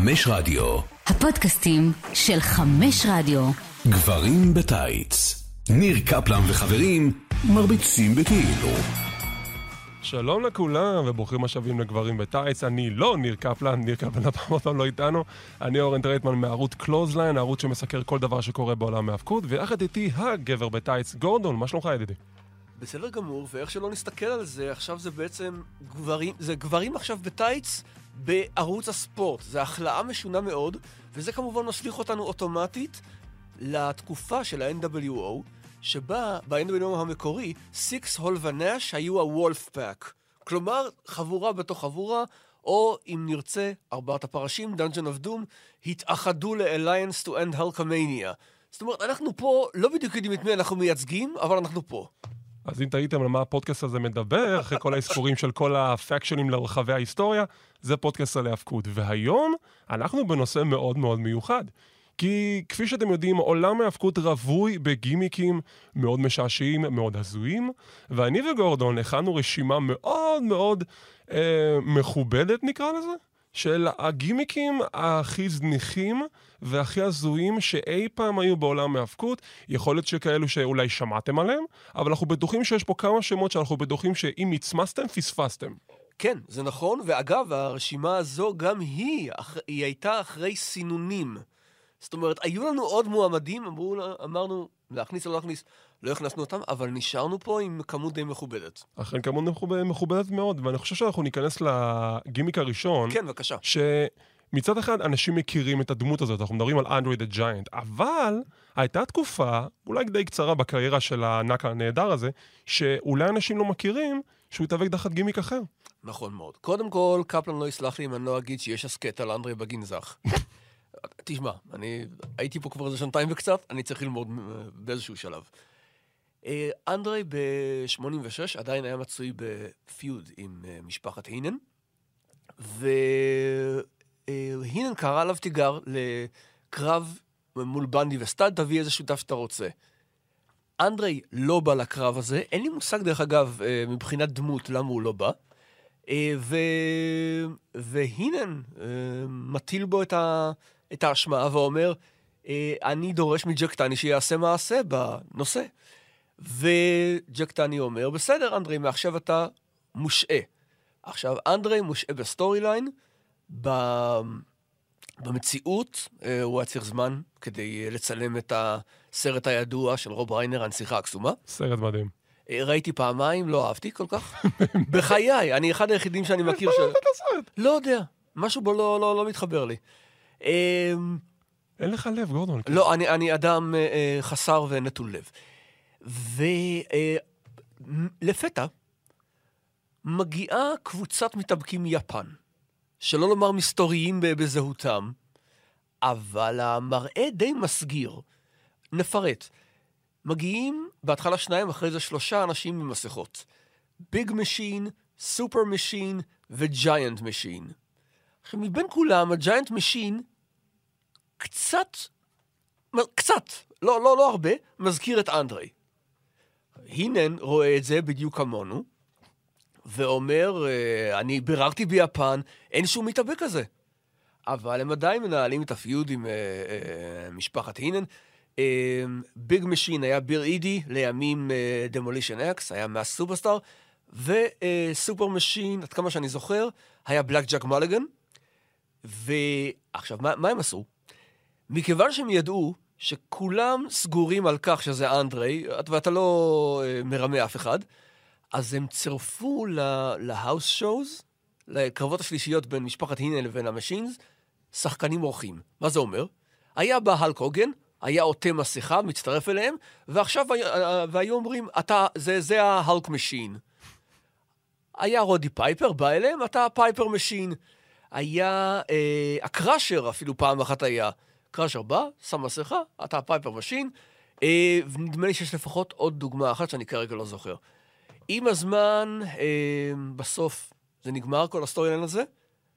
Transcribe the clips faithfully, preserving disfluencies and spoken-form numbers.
חמש רדיו. הפודקאסטים של חמש רדיו. גברים בטייץ. ניר קפלן וחברים מרביצים בכאילו. שלום לכולם וברוכים השבים לגברים בטייץ. אני לא ניר קפלן, ניר קפלן הפעם אותם לא איתנו. אני אורן טרייטמן מערוץ קלוזליין, הערוץ שמסקר כל דבר שקורה בעולם ההאבקות, ויחד איתי הגבר בטייץ גורדון. מה שלומך ידידי? בסדר גמור, ואיך שלא נסתכל על זה, עכשיו זה בעצם גברים, זה גברים עכשיו בטייץ בערוץ הספורט. זה החלאה משונה מאוד, וזה כמובן משליך אותנו אוטומטית לתקופה של ה-אן דאבליו או, שבה ב-אן דאבליו או המקורי, סיקס הול ונאש היו הוולף פאק. כלומר, חבורה בתוך חבורה, או אם נרצה, ארבעת הפרשים, Dungeon of Doom, התאחדו ל-Alliance to End Hulkamania. זאת אומרת, אנחנו פה לא בדיוק יודעים את מי אנחנו מייצגים, אבל אנחנו פה. אז אם תהיתם על מה הפודקאסט הזה מדבר, אחרי כל האזכורים של כל הפקשנים לרחבי ההיסטוריה, זה פודקאסט על ההאבקות. והיום אנחנו בנושא מאוד מאוד מיוחד. כי כפי שאתם יודעים, עולם ההאבקות רווי בגימיקים מאוד משעשעים, מאוד הזויים, ואני וגורדון הכנו רשימה מאוד מאוד אה, מכובדת, נקרא לזה, של הגימיקים הכי זניחים והכי הזויים שאי פעם היו בעולם ההאבקות. יכול להיות שכאלו שאולי שמעתם עליהם, אבל אנחנו בטוחים שיש פה כמה שמות שאנחנו בטוחים שאם הצמסתם, פספסתם. כן, זה נכון, ואגב, הרשימה הזו גם היא, היא הייתה אחרי סינונים. זאת אומרת, היו לנו עוד מועמדים, אמרו, אמרנו, להכניס או לא להכניס, לא הכנסנו אותם, אבל נשארנו פה עם כמות די מכובדת. אכן כמות מכובדת מאוד, ואני חושב שאנחנו ניכנס לגימיק הראשון. כן, בבקשה. שמצד אחד אנשים מכירים את הדמות הזאת, אנחנו מדברים על אנדרי דה ג'יינט, אבל הייתה תקופה, אולי די קצרה בקריירה של הענק הנהדר הזה, שאולי אנשים לא מכירים שהוא יתאבק תחת גימיק אחר. נכון מאוד. קודם כל, קפלן לא יסלח לי אם אני לא אגיד שיש הסקט על אנדרי בגנזך. תשמע, אני הייתי פה כבר איזה שנתיים וקצת, אני צריך ללמוד באיזשהו שלב. אנדרי ב-שמונים ושש עדיין היה מצוי בפיוד עם משפחת הינן, והינן קרא עליו תיגר לקרב מול בנדי וסטאד, תביא איזה שותף שאתה רוצה. אנדרי לא בא לקרב הזה, אין לי מושג דרך אגב מבחינת דמות למה הוא לא בא, ו... והינן מטיל בו את ה... את ההשמעה ואומר, אני דורש מג'ק טני שיעשה מעשה בנושא. וג'ק טני אומר, בסדר, אנדרי, מעכשיו אתה מושעה. עכשיו, אנדרי מושעה בסטורי ליין, במציאות, הוא היה צריך זמן כדי לצלם את הסרט הידוע של רוב ריינר, הנסיכה הקסומה. סרט מדהים. ראיתי פעמיים, לא אהבתי כל כך. בחיי, אני אחד היחידים שאני מכיר ש... לא יודע, משהו בו לא, לא, לא מתחבר לי. אין לך לב, גורדון. לא, אני, אני אדם חסר ונטול לב. ולפתע מגיעה קבוצת מתאבקים מיפן, שלא לומר מסתוריים בזהותם, אבל המראה די מסגיר. נפרט. מגיעים בהתחלה שניים, אחרי זה שלושה אנשים עם מסכות. ביג משין, סופר משין וג'יינט משין. עכשיו, מבין כולם, הג'יינט משין קצת, קצת, לא, לא, לא הרבה, מזכיר את אנדרי. הינן רואה את זה בדיוק כמונו, ואומר, אני ביררתי ביפן, אין שום מתאבק כזה. אבל הם עדיין מנהלים את הפיוד עם משפחת הינן. ביג משין היה ביר אידי, לימים דמולישן אקס, היה מהסופרסטאר, וסופר משין, עד כמה שאני זוכר, היה בלק ג'ק מליגן. ועכשיו, מה, מה הם עשו? מכיוון שהם ידעו שכולם סגורים על כך שזה אנדרי, ואתה לא מרמה אף אחד, אז הם צירפו להאוס שואוז, לקרבות השלישיות בין משפחת הינן לבין המשינס, שחקנים אורחים. מה זה אומר? היה בא הלק הוגן, היה עוטה מסכה, מצטרף אליהם, ועכשיו והיו אומרים, אתה, זה, זה ההלק משין. היה רודי פייפר, בא אליהם, אתה פייפר משין. היה אה, הקראשר, אפילו פעם אחת היה. קראשר בא, שם מסכה, אתה פייפר משין, אה, ונדמה לי שיש לפחות עוד דוגמה אחת שאני כרגע לא זוכר. עם הזמן, אה, בסוף, זה נגמר כל הסטורי ליין הזה,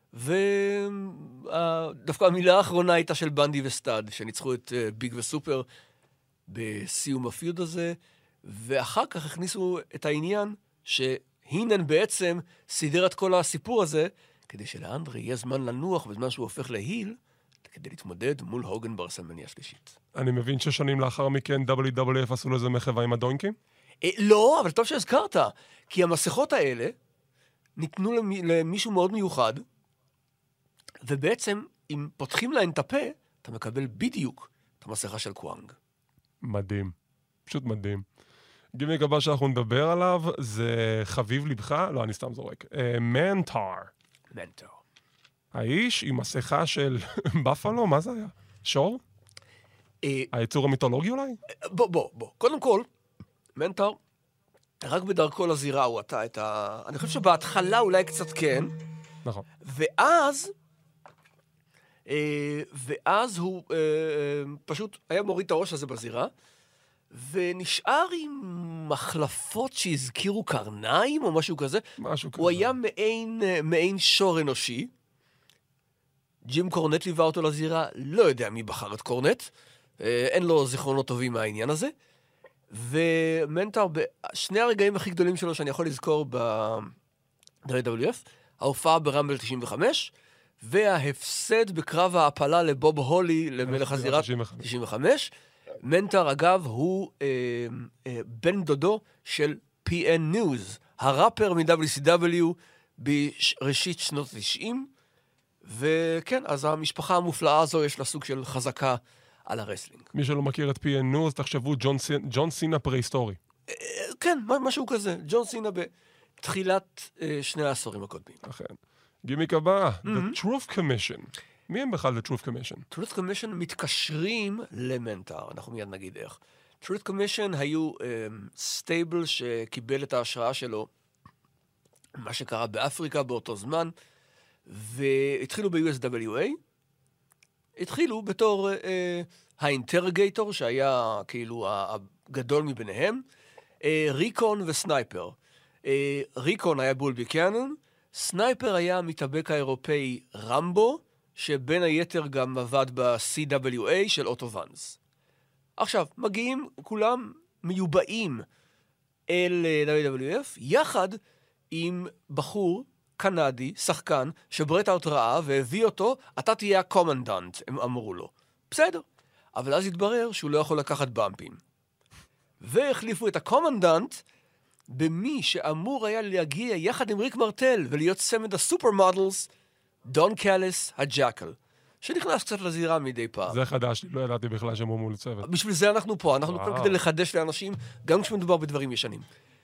ודווקא המילה האחרונה הייתה של בנדי וסטאד, שניצחו את אה, ביג וסופר בסיום הפיוד הזה, ואחר כך הכניסו את העניין שהינן בעצם סידר את כל הסיפור הזה, כדי שלאנדרי יהיה זמן לנוח בזמן שהוא הופך להיל, כדי להתמודד מול הוגן ברסלמניה השלישית. אני מבין ששנים לאחר מכן דאבליו דאבליו אף עשו לזה מחווה עם הדוינקים? אה, לא, אבל טוב שהזכרת, כי המסכות האלה ניתנו למי, למישהו מאוד מיוחד, ובעצם אם פותחים להן את הפה, אתה מקבל בדיוק את המסכה של קוואנג. מדהים, פשוט מדהים. גימיק הבא שאנחנו נדבר עליו זה חביב לבך, לא, אני סתם זורק, מנטר. מנטר. האיש עם מסכה של בפלו, מה זה היה? שור? היצור המיתולוגי אולי? בוא, בוא, בוא. קודם כל, מנטר, רק בדרכו לזירה הוא עטה את ה... אני חושב שבהתחלה אולי קצת כן. נכון. ואז, ואז הוא פשוט היה מוריד את הראש הזה בזירה, ונשאר עם מחלפות שהזכירו קרניים או משהו כזה. משהו כזה. הוא היה מעין, מעין שור אנושי. ג'ים קורנט ליווה אותו לזירה, לא יודע מי בחר את קורנט, אין לו זיכרונות טובים מהעניין הזה, ומנטר, בשני הרגעים הכי גדולים שלו שאני יכול לזכור ב-דאבליו דאבליו אף, ההופעה ברמבל תשעים וחמש, וההפסד בקרב ההפלה לבוב הולי, למלך הזירה תשעים וחמש. מנטר, אגב, הוא אה, אה, בן דודו של פי אן News, הראפר מ-דאבליו סי דאבליו בראשית שנות ה-תשעים, וכן, אז המשפחה המופלאה הזו יש לה סוג של חזקה על הרסלינג. מי שלא מכיר את פי אן News, תחשבו ג'ון, סינ... ג'ון סינה פרה-היסטורי. כן, משהו כזה. ג'ון סינה בתחילת אה, שני העשורים הקודמים. אכן. גימיק הבא, mm-hmm. The Truth Commission. מי הם בכלל The Truth Commission? Truth Commission מתקשרים למנטר, אנחנו מיד נגיד איך. Truth Commission היו סטייבל uh, שקיבל את ההשראה שלו, מה שקרה באפריקה באותו זמן, והתחילו ב-יו אס דאבליו איי, התחילו בתור uh, האינטרגייטור, שהיה כאילו הגדול מביניהם, uh, ריקון וסנייפר. Uh, ריקון היה בול ביוקנן, סנייפר היה המתאבק האירופאי רמבו, שבין היתר גם עבד ב-סי דאבליו איי של אוטו ואנס. עכשיו, מגיעים כולם מיובאים אל דאבליו דאבליו אף, יחד עם בחור קנדי, שחקן, שברט אאוט ראה והביא אותו, אתה תהיה הקומנדנט, הם אמרו לו. בסדר. אבל אז התברר שהוא לא יכול לקחת במפים. והחליפו את הקומנדנט במי שאמור היה להגיע יחד עם ריק מרטל ולהיות צמד הסופר מודלס, דון קאלס, הג'קל, שנכנס קצת לזירה מדי פעם. זה חדש, לא ידעתי בכלל שהם מול צוות. בשביל זה אנחנו פה, אנחנו פה כדי לחדש לאנשים, גם כשמדובר בדברים ישנים.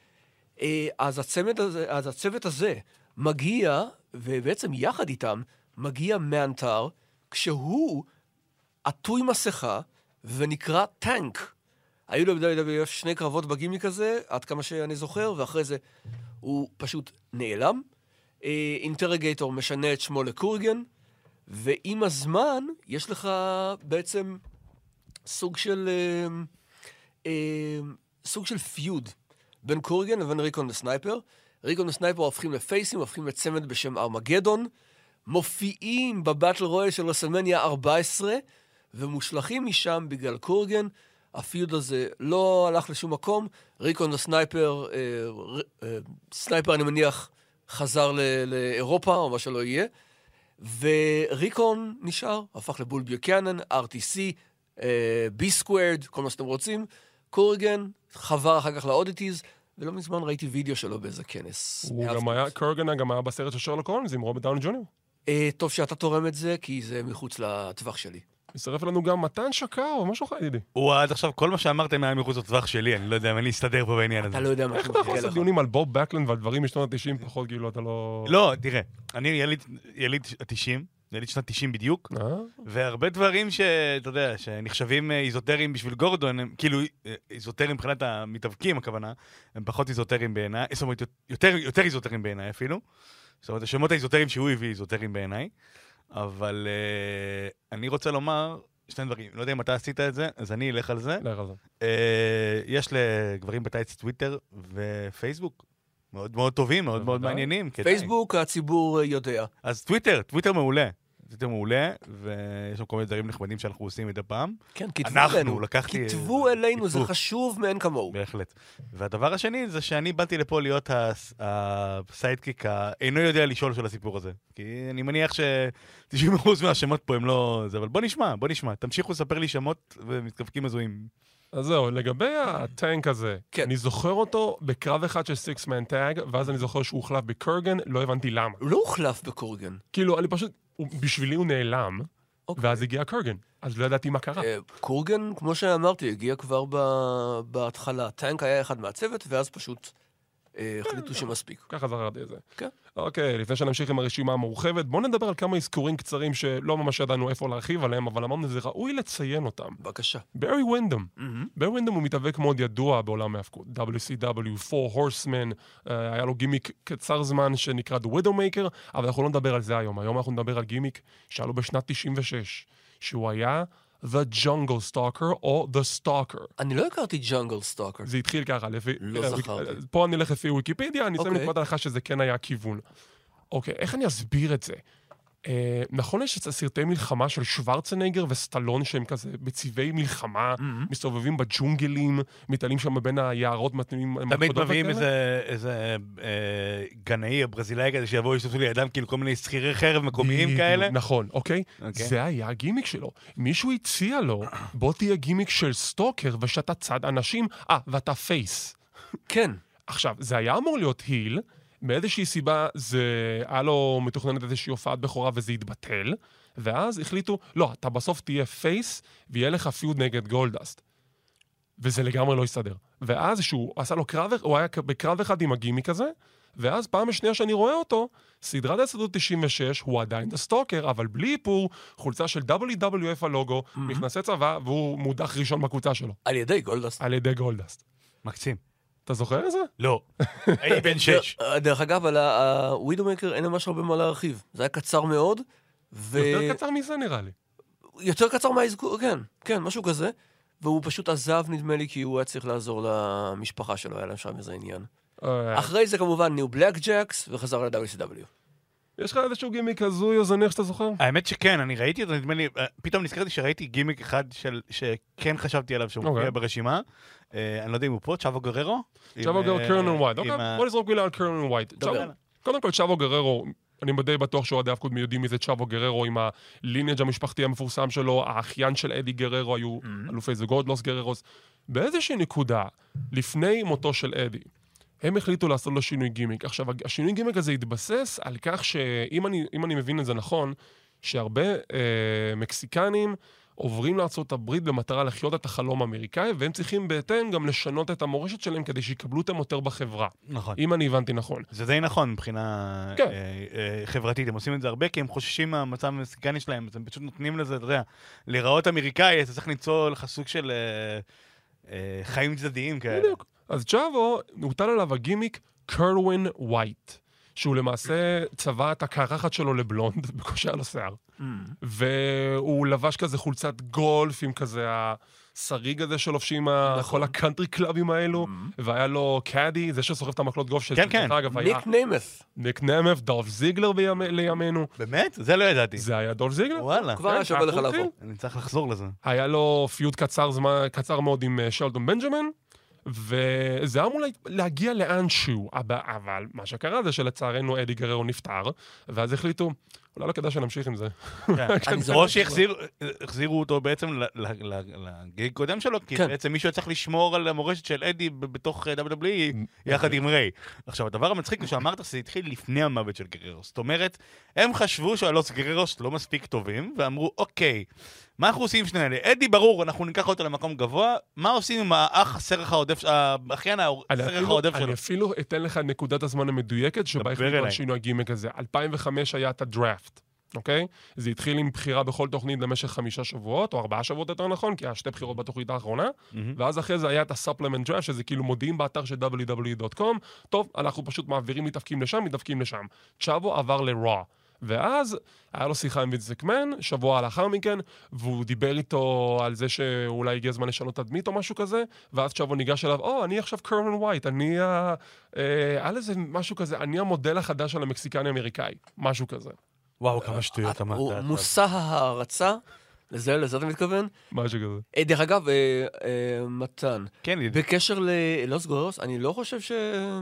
אז הצוות הזה, אז הצוות הזה מגיע, ובעצם יחד איתם, מגיע מנטר, כשהוא עטוי מסכה, ונקרא טנק. היו לו ב-דאבליו דאבליו אף שני קרבות בגימיק הזה, עד כמה שאני זוכר, ואחרי זה הוא פשוט נעלם. אינטרגייטור משנה את שמו לקורגן, ועם הזמן יש לך בעצם סוג של אה, אה, סוג של פיוד בין קורגן לבין ריקון וסנייפר. ריקון וסנייפר הופכים לפייסים, הופכים לצמד בשם ארמגדון, מופיעים בבטל רויאל של רסלמניה ארבע עשרה, ומושלכים משם בגלל קורגן. הפיוד הזה לא הלך לשום מקום. ריקון וסנייפר, אה, אה, סנייפר אני מניח חזר ל- לאירופה או מה שלא יהיה, וריקון נשאר, הפך לבול ביוקנן, אר טי סי, בי סקווירד, כל מה שאתם רוצים. קורגן חבר אחר כך לאודיטיז, ולא מזמן ראיתי וידאו שלו באיזה כנס. הוא גם היה, קורגן גם היה בסרט של שרלוק הולמס עם רוברט דאוני ג'וניור. אה, טוב שאתה תורם את זה, כי זה מחוץ לטווח שלי. מצטרף לנו גם מתן שקאו, או משהו חי, ידידי. הוא עד עכשיו, כל מה שאמרתם היה מחוץ לטווח שלי, אני לא יודע אם אני אסתדר פה בעניין הזה. אתה לא יודע מה איך אתה יכול לעשות דיונים על בוב בקלנד ועל דברים משנות ה-תשעים פחות, כאילו, אתה לא... לא, תראה, אני יליד ה-תשעים, יליד שנת תשעים בדיוק, והרבה דברים שאתה יודע, שנחשבים איזוטריים בשביל גורדון, הם כאילו איזוטריים מבחינת המתאבקים, הכוונה, הם פחות איזוטריים בעיניי, זאת אומרת, יותר איזוטריים בעיניי אפילו. זאת אומרת, השמות האיזוטריים שהוא הביא איזוטריים בעיניי. אבל uh, אני רוצה לומר שני דברים. לא יודע אם אתה עשית את זה, אז אני אלך על זה. לך על זה. Uh, יש לגברים בטייץ טוויטר ופייסבוק. מאוד מאוד טובים, מאוד מאוד מעניינים. פייסבוק הציבור יודע. אז טוויטר, טוויטר מעולה. יותר מעולה, ויש לנו כל מיני דברים נחמדים שאנחנו עושים מדי פעם. כן, כתבו אנחנו, אלינו. לקחתי... כתבו אלינו, זה חשוב מאין כמוהו. בהחלט. והדבר השני זה שאני באתי לפה להיות הסיידקיק האינו יודע לשאול של הסיפור הזה. כי אני מניח ש-תשעים אחוז מהשמות פה הם לא... אבל בוא נשמע, בוא נשמע. תמשיכו לספר לי שמות ומתכוונים מזוהים. אז זהו, לגבי הטנק הזה, כן. אני זוכר אותו בקרב אחד של סיקס-מן טאג, ואז אני זוכר שהוא הוחלף בקורגן, לא הבנתי למה. הוא לא הוחלף בקורגן. כאילו, אני פשוט, הוא, בשבילי הוא נעלם, אוקיי. ואז הגיע קורגן, אז לא ידעתי מה קרה. אה, קורגן, כמו שאמרתי, הגיע כבר ב- בהתחלה. טנק היה אחד מהצוות, ואז פשוט אה, החליטו שמספיק. ככה זכרתי את זה. כן. אוקיי, לפני שנמשיך עם הרשימה המורחבת, בואו נדבר על כמה אזכורים קצרים שלא ממש ידענו איפה להרחיב עליהם, אבל אמרנו זה ראוי לציין אותם. בבקשה. ברי ווינדום. ברי ווינדום הוא מתאבק מאוד ידוע בעולם ההפקות. דאבליו סי דאבליו, Four Horsemen, uh, היה לו גימיק קצר זמן שנקרא The Widowmaker, אבל אנחנו לא נדבר על זה היום. היום אנחנו נדבר על גימיק שהיה לו בשנת תשעים ושש, שהוא היה The Jungle Stalker או The Stalker. אני לא הכרתי ג'אנגל סטוקר. זה התחיל ככה, לפי... לא זכרתי. פה אני אלך לפי ויקיפדיה, אני אסיים אוקיי. נקודת הנחה שזה כן היה כיוון. אוקיי, איך אני אסביר את זה? אה, נכון יש את הסרטי מלחמה של שוורצנגר וסטלון שהם כזה בצבעי מלחמה, מסתובבים בג'ונגלים, מתעלים שם בין היערות מתנים... תמיד מביאים איזה, איזה אה, גנאי ברזילאי כזה שיבואו ישתתפו לידם כאילו כל מיני שכירי חרב מקומיים בדיוק, כאלה. נכון, אוקיי? אוקיי. זה היה הגימיק שלו. מישהו הציע לו, בוא תהיה גימיק של סטוקר ושאתה צד אנשים, אה, ואתה פייס. כן. עכשיו, זה היה אמור להיות היל, מאיזושהי סיבה זה היה לו מתוכננת איזושהי הופעת בכורה וזה התבטל, ואז החליטו, לא, אתה בסוף תהיה פייס ויהיה לך פיוד נגד גולדסט. וזה לגמרי לא יסתדר. ואז שהוא עשה לו קרב, הוא היה בקרב אחד עם הגימיק הזה, ואז פעם השנייה שאני רואה אותו, סדרת הסדרות תשעים ושש, הוא עדיין הסטוקר, אבל בלי איפור, חולצה של דאבליו דאבליו אף הלוגו, מכנסי צבא, והוא מודח ראשון בקבוצה שלו. על ידי גולדסט. על ידי גולדסט. מקסים. אתה זוכר את זה? לא. הייתי בן שש. דרך אגב, על הווידומקר אין ממש הרבה מה להרחיב. זה היה קצר מאוד, ו... יותר קצר מזה נראה לי. יותר קצר מהאזכור, כן, כן, משהו כזה. והוא פשוט עזב, נדמה לי, כי הוא היה צריך לעזור למשפחה שלו, היה להם שם איזה עניין. אחרי זה כמובן ניו בלק ג'קס, וחזר ל-דאבליו סי דאבליו. יש לך איזשהו גימיק הזוי או זניח שאתה זוכר? האמת שכן, אני ראיתי אותו, נדמה לי, פתאום נזכרתי שראיתי גימיק אחד שכן חשבתי עליו שהוא מופיע ברשימה. אני לא יודע אם הוא פה, צ'אבו גררו? צ'אבו גררו, קרנן ווייט. בוא נזרוק מילה על קרנן ווייט. קודם כל, צ'אבו גררו, אני די בטוח שאוהדי ההפקות יודעים מי זה צ'אבו גררו, עם הלינג' המשפחתי המפורסם שלו, האחיין של אדי גררו, היו אלופי זוגות, לוס גררוס. באיזושהי נקודה, לפני מותו של אדי, הם החליטו לעשות לו שינוי גימיק. עכשיו, השינוי גימיק הזה התבסס על כך שאם אני, אם אני מבין את זה נכון, שהרבה אה, מקסיקנים עוברים לארצות הברית במטרה לחיות את החלום האמריקאי, והם צריכים בהתאם גם לשנות את המורשת שלהם כדי שיקבלו אותם יותר בחברה. נכון. אם אני הבנתי נכון. זה די נכון מבחינה כן. אה, אה, חברתית. הם עושים את זה הרבה כי הם חוששים מהמצב המקסיקני שלהם, אז הם פשוט נותנים לזה, אתה יודע, להיראות אמריקאי, אתה צריך למצוא לך סוג של אה, אה, חיים צדדיים כאלה. בדיוק. אז צ'אבו, הוטל עליו הגימיק קרווין ווייט, שהוא למעשה צבע את הקרחת שלו לבלונד, בקושי על השיער. Mm. והוא לבש כזה חולצת גולף עם כזה השריג הזה שלובשים נכון. כל הקאנטרי קלאבים האלו, mm. והיה לו קאדי, זה שסוחב את המקלות גולף של... כן, כן. אגב, ניק היה... נמף. ניק נמף, דולף זיגלר בימ... לימינו. באמת? זה לא ידעתי. זה היה דולף זיגלר. וואלה. כבר היה שווה לך לבוא. אני צריך לחזור לזה. היה לו פיוט קצר, זמן, קצר מאוד עם שלדון בנג'מן, וזה אמור להגיע לאנשהו, אבל מה שקרה זה שלצערנו אדי גררו נפטר, ואז החליטו, אולי לא כדאי שנמשיך עם זה. או שהחזירו אותו בעצם לגיג קודם שלו, כי בעצם מישהו צריך לשמור על המורשת של אדי בתוך דאבליו דאבליו אי יחד עם ריי. עכשיו, הדבר המצחיק הוא שאמרת שזה התחיל לפני המוות של גררו. זאת אומרת, הם חשבו שהלוס גררוס לא מספיק טובים, ואמרו, אוקיי, מה אנחנו עושים עם שני אלה? אדי ברור, אנחנו ניקח אותו למקום גבוה, מה עושים עם האח הסרח העודף, האחיין הסרח העודף שלו? אני אפילו אתן לך נקודת הזמן המדויקת שבה החליטו על שינוי הגימיק הזה. אלפיים וחמש היה את הדראפט, אוקיי? זה התחיל עם בחירה בכל תוכנית למשך חמישה שבועות, או ארבעה שבועות יותר נכון, כי היה שתי בחירות בתוכנית האחרונה, ואז אחרי זה היה את ה-supplement draft, שזה כאילו מודיעים באתר של דאבליו דאבליו אי דוט קום, טוב, אנחנו פשוט מעבירים מתאפקים לשם, מתאפקים לשם. צ'אבו עבר ל-Raw. ואז היה לו שיחה עם וינס מקמן, שבוע לאחר מכן, והוא דיבר איתו על זה שאולי הגיע הזמן לשנות תדמית או משהו כזה, ואז צ'אבו ניגש אליו, או, אני עכשיו קרווין ווייט, אני ה... היה לזה משהו כזה, אני המודל החדש של המקסיקני האמריקאי, משהו כזה. וואו, כמה שטויות אמרת. הוא מושא ההערצה, לזה, לזה אתה מתכוון? משהו כזה. דרך אגב, מתן, כן, בקשר ללוס גוררוס, אני לא חושב ש...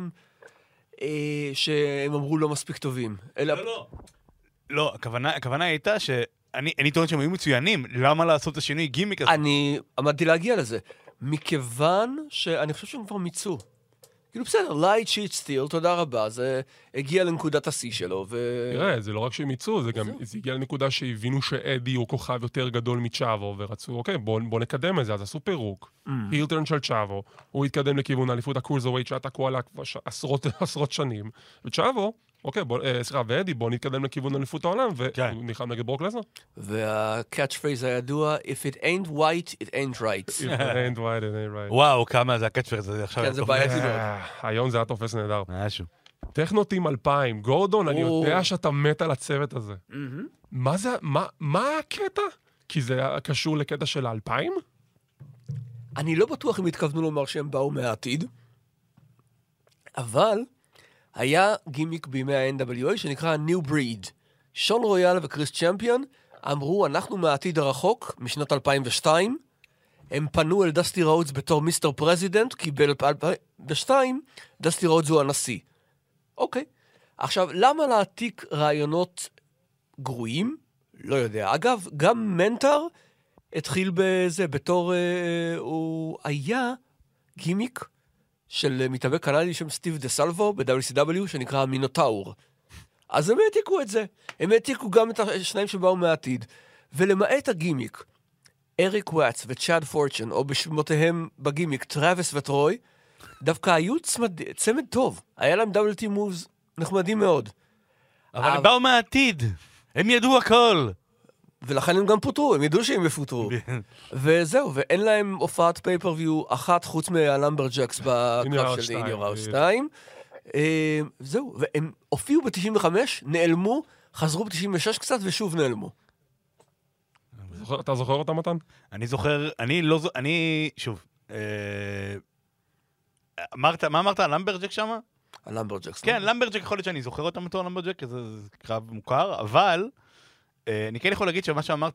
שהם אמרו לא מספיק טובים. לא, לא. לא, הכוונה הייתה שאני, אני טוען שהם היו מצוינים, למה לעשות את השינוי גימיק הזה? אני עמדתי להגיע לזה, מכיוון שאני חושב שהם כבר מיצו. כאילו בסדר, light sheet steel, תודה רבה, זה הגיע לנקודת השיא שלו, ו... תראה, זה לא רק שהם מיצו, זה גם, זה הגיע לנקודה שהבינו שאדי הוא כוכב יותר גדול מצ'אבו, ורצו, אוקיי, בוא, בוא נקדם את זה, אז עשו פירוק. הילטרן של צ'אבו, הוא התקדם לכיוון האליפות הקרוזרווייט שהיה תקוע עליה כבר עשרות, עשרות שנים, וצ'אבו, אוקיי, בוא, אה, סליחה, ואדי, בוא נתקדם לכיוון אליפות העולם, והוא נלחם נגד ברוק לזנר. והקאץ' פרייז הידוע, If it ain't white, it ain't right. If it ain't white, it ain't right. וואו, כמה זה הקאץ' פרייז הזה עכשיו. כן, זה בעייתי מאוד. היום זה היה תופס נהדר. משהו. טכנוטים אלפיים, גורדון, אני יודע שאתה מת על הצוות הזה. מה זה, מה הקטע? כי זה קשור לקטע של האלפיים? אני לא בטוח אם התכוונו לומר שהם באו מהעתיד, אבל היה גימיק בימי ה-אן דאבליו איי שנקרא New Breed. שון רויאל וקריס צ'מפיון אמרו, אנחנו מהעתיד הרחוק, משנת אלפיים ושתיים, הם פנו אל דסטי רודס בתור מיסטר פרזידנט, כי ב-אלפיים ושתיים דסטי רודס הוא הנשיא. אוקיי. עכשיו, למה להעתיק רעיונות גרועים? לא יודע. אגב, גם מנטר התחיל בזה, בתור, אה, הוא היה גימיק של מתאבק קנדי שם סטיב דה סלבו ב-דאבליו סי דאבליו, שנקרא מינוטאור. אז הם העתיקו את זה. הם העתיקו גם את השניים שבאו מהעתיד. ולמעט הגימיק, אריק וואטס וצ'אד פורצ'ן, או בשמותיהם בגימיק, טראביס וטרוי, דווקא היו צמד, צמד טוב. היה להם דאבל טי מובס נחמדים מאוד. אבל הם באו מהעתיד. הם ידעו הכל. ולכן הם גם פוטרו, הם ידעו שהם יפוטרו. וזהו, ואין להם הופעת פייפריוויו אחת חוץ מהלמברג'קס בקרב של In Your House שתיים. זהו, והם הופיעו ב-תשעים וחמש, נעלמו, חזרו ב-תשעים ושש קצת ושוב נעלמו. אתה זוכר אותם, מתן? אני זוכר, אני לא זוכר, אני, שוב, אמרת, מה אמרת, הלמברג'ק שמה? הלמברג'קס. כן, למברג'ק יכול להיות שאני זוכר אותם בתור למברג'ק, כי זה קרב מוכר, אבל אני כן יכול להגיד שמה שאמרת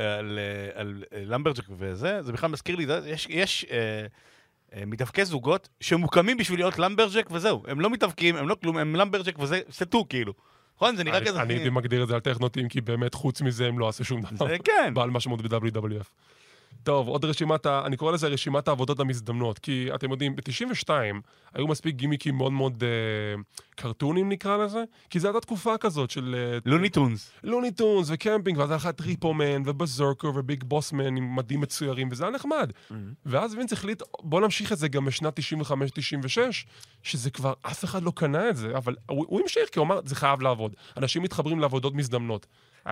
על למברג'ק וזה, זה בכלל מזכיר לי, יש מתאבקי זוגות שמוקמים בשביל להיות למברג'ק וזהו, הם לא מתאבקים, הם לא כלום, הם למברג'ק וזה סטו כאילו. נכון, זה נראה כזה... אני הייתי מגדיר את זה על טכנוטים, כי באמת חוץ מזה הם לא עשו שום דבר. זה כן. בעל משמעות ב-דאבליו דאבליו אף. טוב, עוד רשימת, אני קורא לזה רשימת העבודות המזדמנות, כי אתם יודעים, ב-תשעים ושתיים היו מספיק גימיקים מאוד מאוד קרטונים נקרא לזה, כי זו הייתה תקופה כזאת של... לוני טונס. לוני טונס וקמפינג, ואז היה לך טריפומן ובזרקר וביג בוסמן עם מדים מצוירים, וזה היה נחמד. ואז וינס החליט, בוא נמשיך את זה גם בשנת תשעים וחמש תשעים ושש, שזה כבר אף אחד לא קנה את זה, אבל הוא המשיך, כי הוא אמר, זה חייב לעבוד. אנשים מתחברים לעבודות מזדמנות.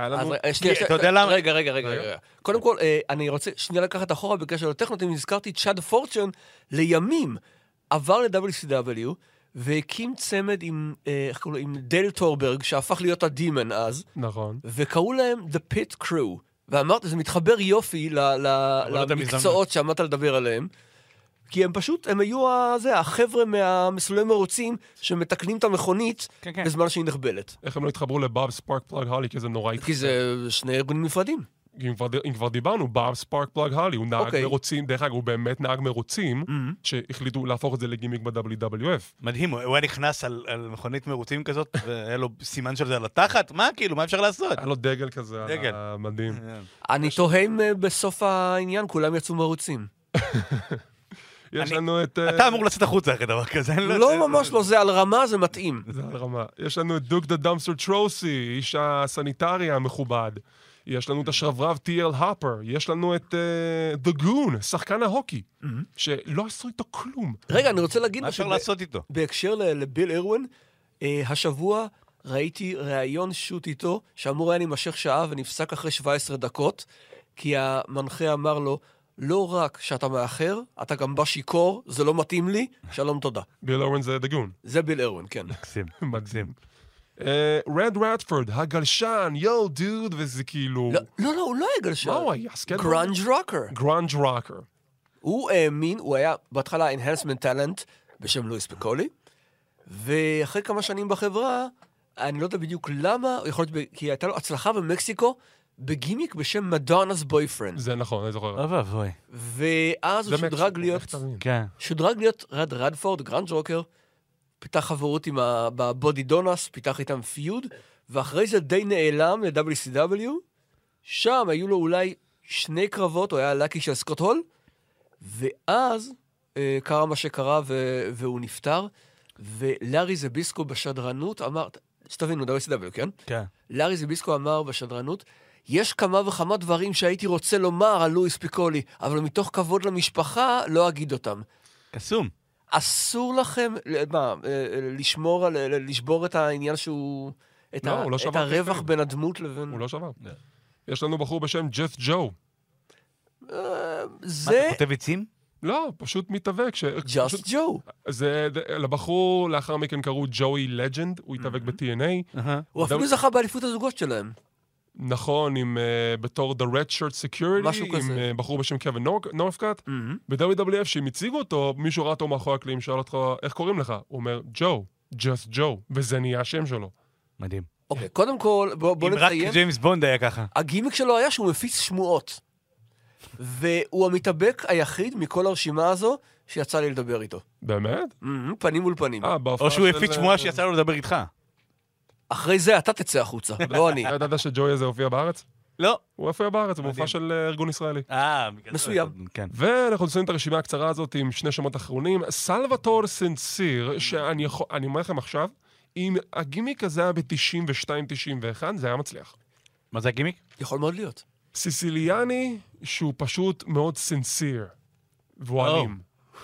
רגע, רגע, רגע. קודם כל, אני רוצה שנייה לקחת אחורה בקשר לטכנוטים, נזכרתי צ'אד פורצ'ן לימים עבר ל-דאבליו סי דאבליו והקים צמד עם, איך קוראים, עם דייל טורברג, שהפך להיות הדימן אז. נכון. וקראו להם The Pit Crew. ואמרת, זה מתחבר יופי למקצועות שעמדת לדבר עליהם. כי הם פשוט, הם היו הזה, החבר'ה מהמסלולי מרוצים שמתקנים את המכונית כן, כן. בזמן שהיא נחבלת. איך הם לא התחברו לבאב ספארק פלאג הלי, כי זה נורא התחבר. כי זה שני ארגונים נפרדים. אם כבר, אם כבר דיברנו, באב ספארק פלאג הלי, הוא נהג okay. מרוצים, דרך אגב, הוא באמת נהג מרוצים, mm-hmm. שהחליטו להפוך את זה לגימיק ב-דאבליו דאבליו אף. מדהים, הוא היה נכנס על, על מכונית מרוצים כזאת, והיה לו סימן של זה על התחת, מה כאילו, מה אפשר לעשות? היה לו דגל כזה, דגל. מדהים. אני תוהה אם בסוף העניין כולם יצאו מרוצים. יש לנו את... אתה אמור לצאת החוצה אחרי דבר כזה. לא ממש לא, זה על רמה, זה מתאים. זה על רמה. יש לנו את דוק דה דאמפסטר טרוסי, איש הסניטריה המכובד. יש לנו את השרברב טי אל הפר. יש לנו את The Goon, שחקן ההוקי, שלא עשו איתו כלום. רגע, אני רוצה להגיד... מה אפשר לעשות איתו? בהקשר לביל אירווין, השבוע ראיתי ראיון שוט איתו, שאמור היה להימשך שעה ונפסק אחרי שבע עשרה דקות, כי המנחה אמר לו, לא רק שאתה מאחר, אתה גם בא שיקור, זה לא מתאים לי, שלום תודה. ביל אירווין זה The Goon. זה ביל אירווין, כן. מקסים. מקסים. רד רטפורד, הגלשן, יו דוד, וזה כאילו... לא, לא, לא, הוא לא היה גלשן. מה הוא היה? גראנג' רוקר. גראנג' רוקר. הוא האמין, הוא היה בהתחלה enhancement talent בשם לואיס פיקולי, ואחרי כמה שנים בחברה, אני לא יודע בדיוק למה, יכול להיות כי הייתה לו הצלחה במקסיקו, בגימיק בשם מדונא's בויפרנד. זה נכון, אני זוכר. אוי ואבוי. ואז הוא שודרג להיות, כן. שודרג להיות רד רדפורד, גרנד ג'וקר, פיתח חברות עם הבודי דונאס, פיתח איתם פיוד, ואחרי זה די נעלם ל-דאבליו סי דאבליו, שם היו לו אולי שני קרבות, הוא היה לקי של סקוט הול, ואז אה, קרה מה שקרה ו- והוא נפטר, ולארי זביסקו בשדרנות אמר, שתבינו, דאבליו סי דאבליו, כן? כן. לארי זביסקו אמר בשדרנות, יש כמה וכמה דברים שהייתי רוצה לומר על לואיס פיקולי, אבל מתוך כבוד למשפחה לא אגיד אותם. קסום. אסור לכם, מה, לשמור על, לשבור את העניין שהוא, את, לא, ה, הוא לא את שבר הרווח כפיים. בין הדמות לבין... הוא לא שבר. יש לנו בחור בשם ג'ף ג'ו. אה, מה, זה אתה כותב עצים? לא, פשוט מתאבק. ש- Just פשוט- Joe. זה, לבחור לאחר מכן קראו ג'וי לג'נד, הוא התאבק ב-טי אן איי. אהה. הוא אפילו זכה באליפות הזוגות שלהם. נכון, עם, uh, בתור The Red Shirt Security, משהו עם כזה. uh, בחור בשם קווין נורפקאט. ב-דאבליו דאבליו אף שהם הציגו אותו, מישהו ראה אותו מאחורי הקלעים, שאל אותך, איך קוראים לך? הוא אומר, ג'ו, Just Joe, וזה נהיה השם שלו. מדהים. אוקיי, קודם כל, בוא בוא אם רק נציין, ג'יימס בונד היה ככה. הגימיק שלו היה שהוא מפיץ שמועות. והוא המתאבק היחיד מכל הרשימה הזו שיצא לי לדבר איתו. באמת? מהמם, פנים מול פנים. אה, בהופעה או שהוא של, הפיץ אה, שמועה שיצא לו לדבר איתך. אחרי זה אתה תצא החוצה, לא אני. לא ידעת שג'וי הזה הופיע בארץ? לא. הוא הופיע בארץ, הוא מדהים. מופע של אה, ארגון ישראלי. אה, מסוים. כן. ואנחנו נסיים את הרשימה הקצרה הזאת עם שני שמות אחרונים. סלווטור סנסיר, שאני יכול, אני אומר לכם עכשיו, אם הגימיק הזה היה ב-תשעים ושתיים תשעים ואחת, זה היה מצליח. מה זה הגימיק? יכול מאוד להיות. סיסיליאני, שהוא פשוט מאוד סנסיר. והוא או. אלים.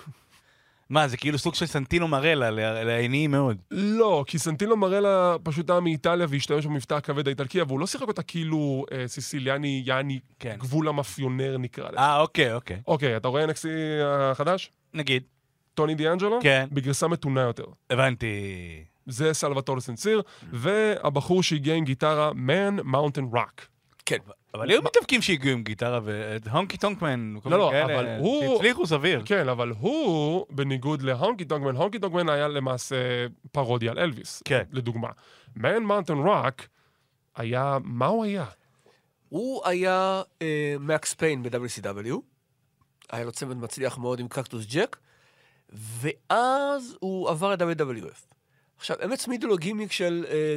מה, זה כאילו סוג של סנטינו מרלה, לעיניים מאוד. לא, כי סנטינו מרלה פשוט היה מאיטליה והשתמש במבטא הכבד האיטלקי, אבל הוא לא שיחק אותה כאילו אה, סיסיליאני, יעני, כן. גבול המאפיונר נקרא לזה. אה, אוקיי, אוקיי. אוקיי, אתה רואה אן אקס טי החדש? נגיד. טוני דיאנג'לו? כן. בגרסה מתונה יותר. הבנתי. זה סלווטור סנסיר, והבחור שהגיע עם גיטרה, Man Mountain Rock. כן. אבל היו מתאבקים שהגיעו עם גיטרה, והונקי טונקמן, כל לא, לא, מיני כאלה, אבל הוא- שהצליחו סביר. כן, אבל הוא, בניגוד להונקי דוגמן, הונקי דוגמן היה למעשה פרודיה על אלוויס, כן. לדוגמה. Man Mountain Rock היה, מה הוא היה? הוא היה אה, מקס פיין ב-דאבליו סי דאבליו, היה לו צמד מצליח מאוד עם קקטוס ג'ק, ואז הוא עבר ל-דאבליו דאבליו אף. עכשיו, הם הצמידו לו גימיק של אה,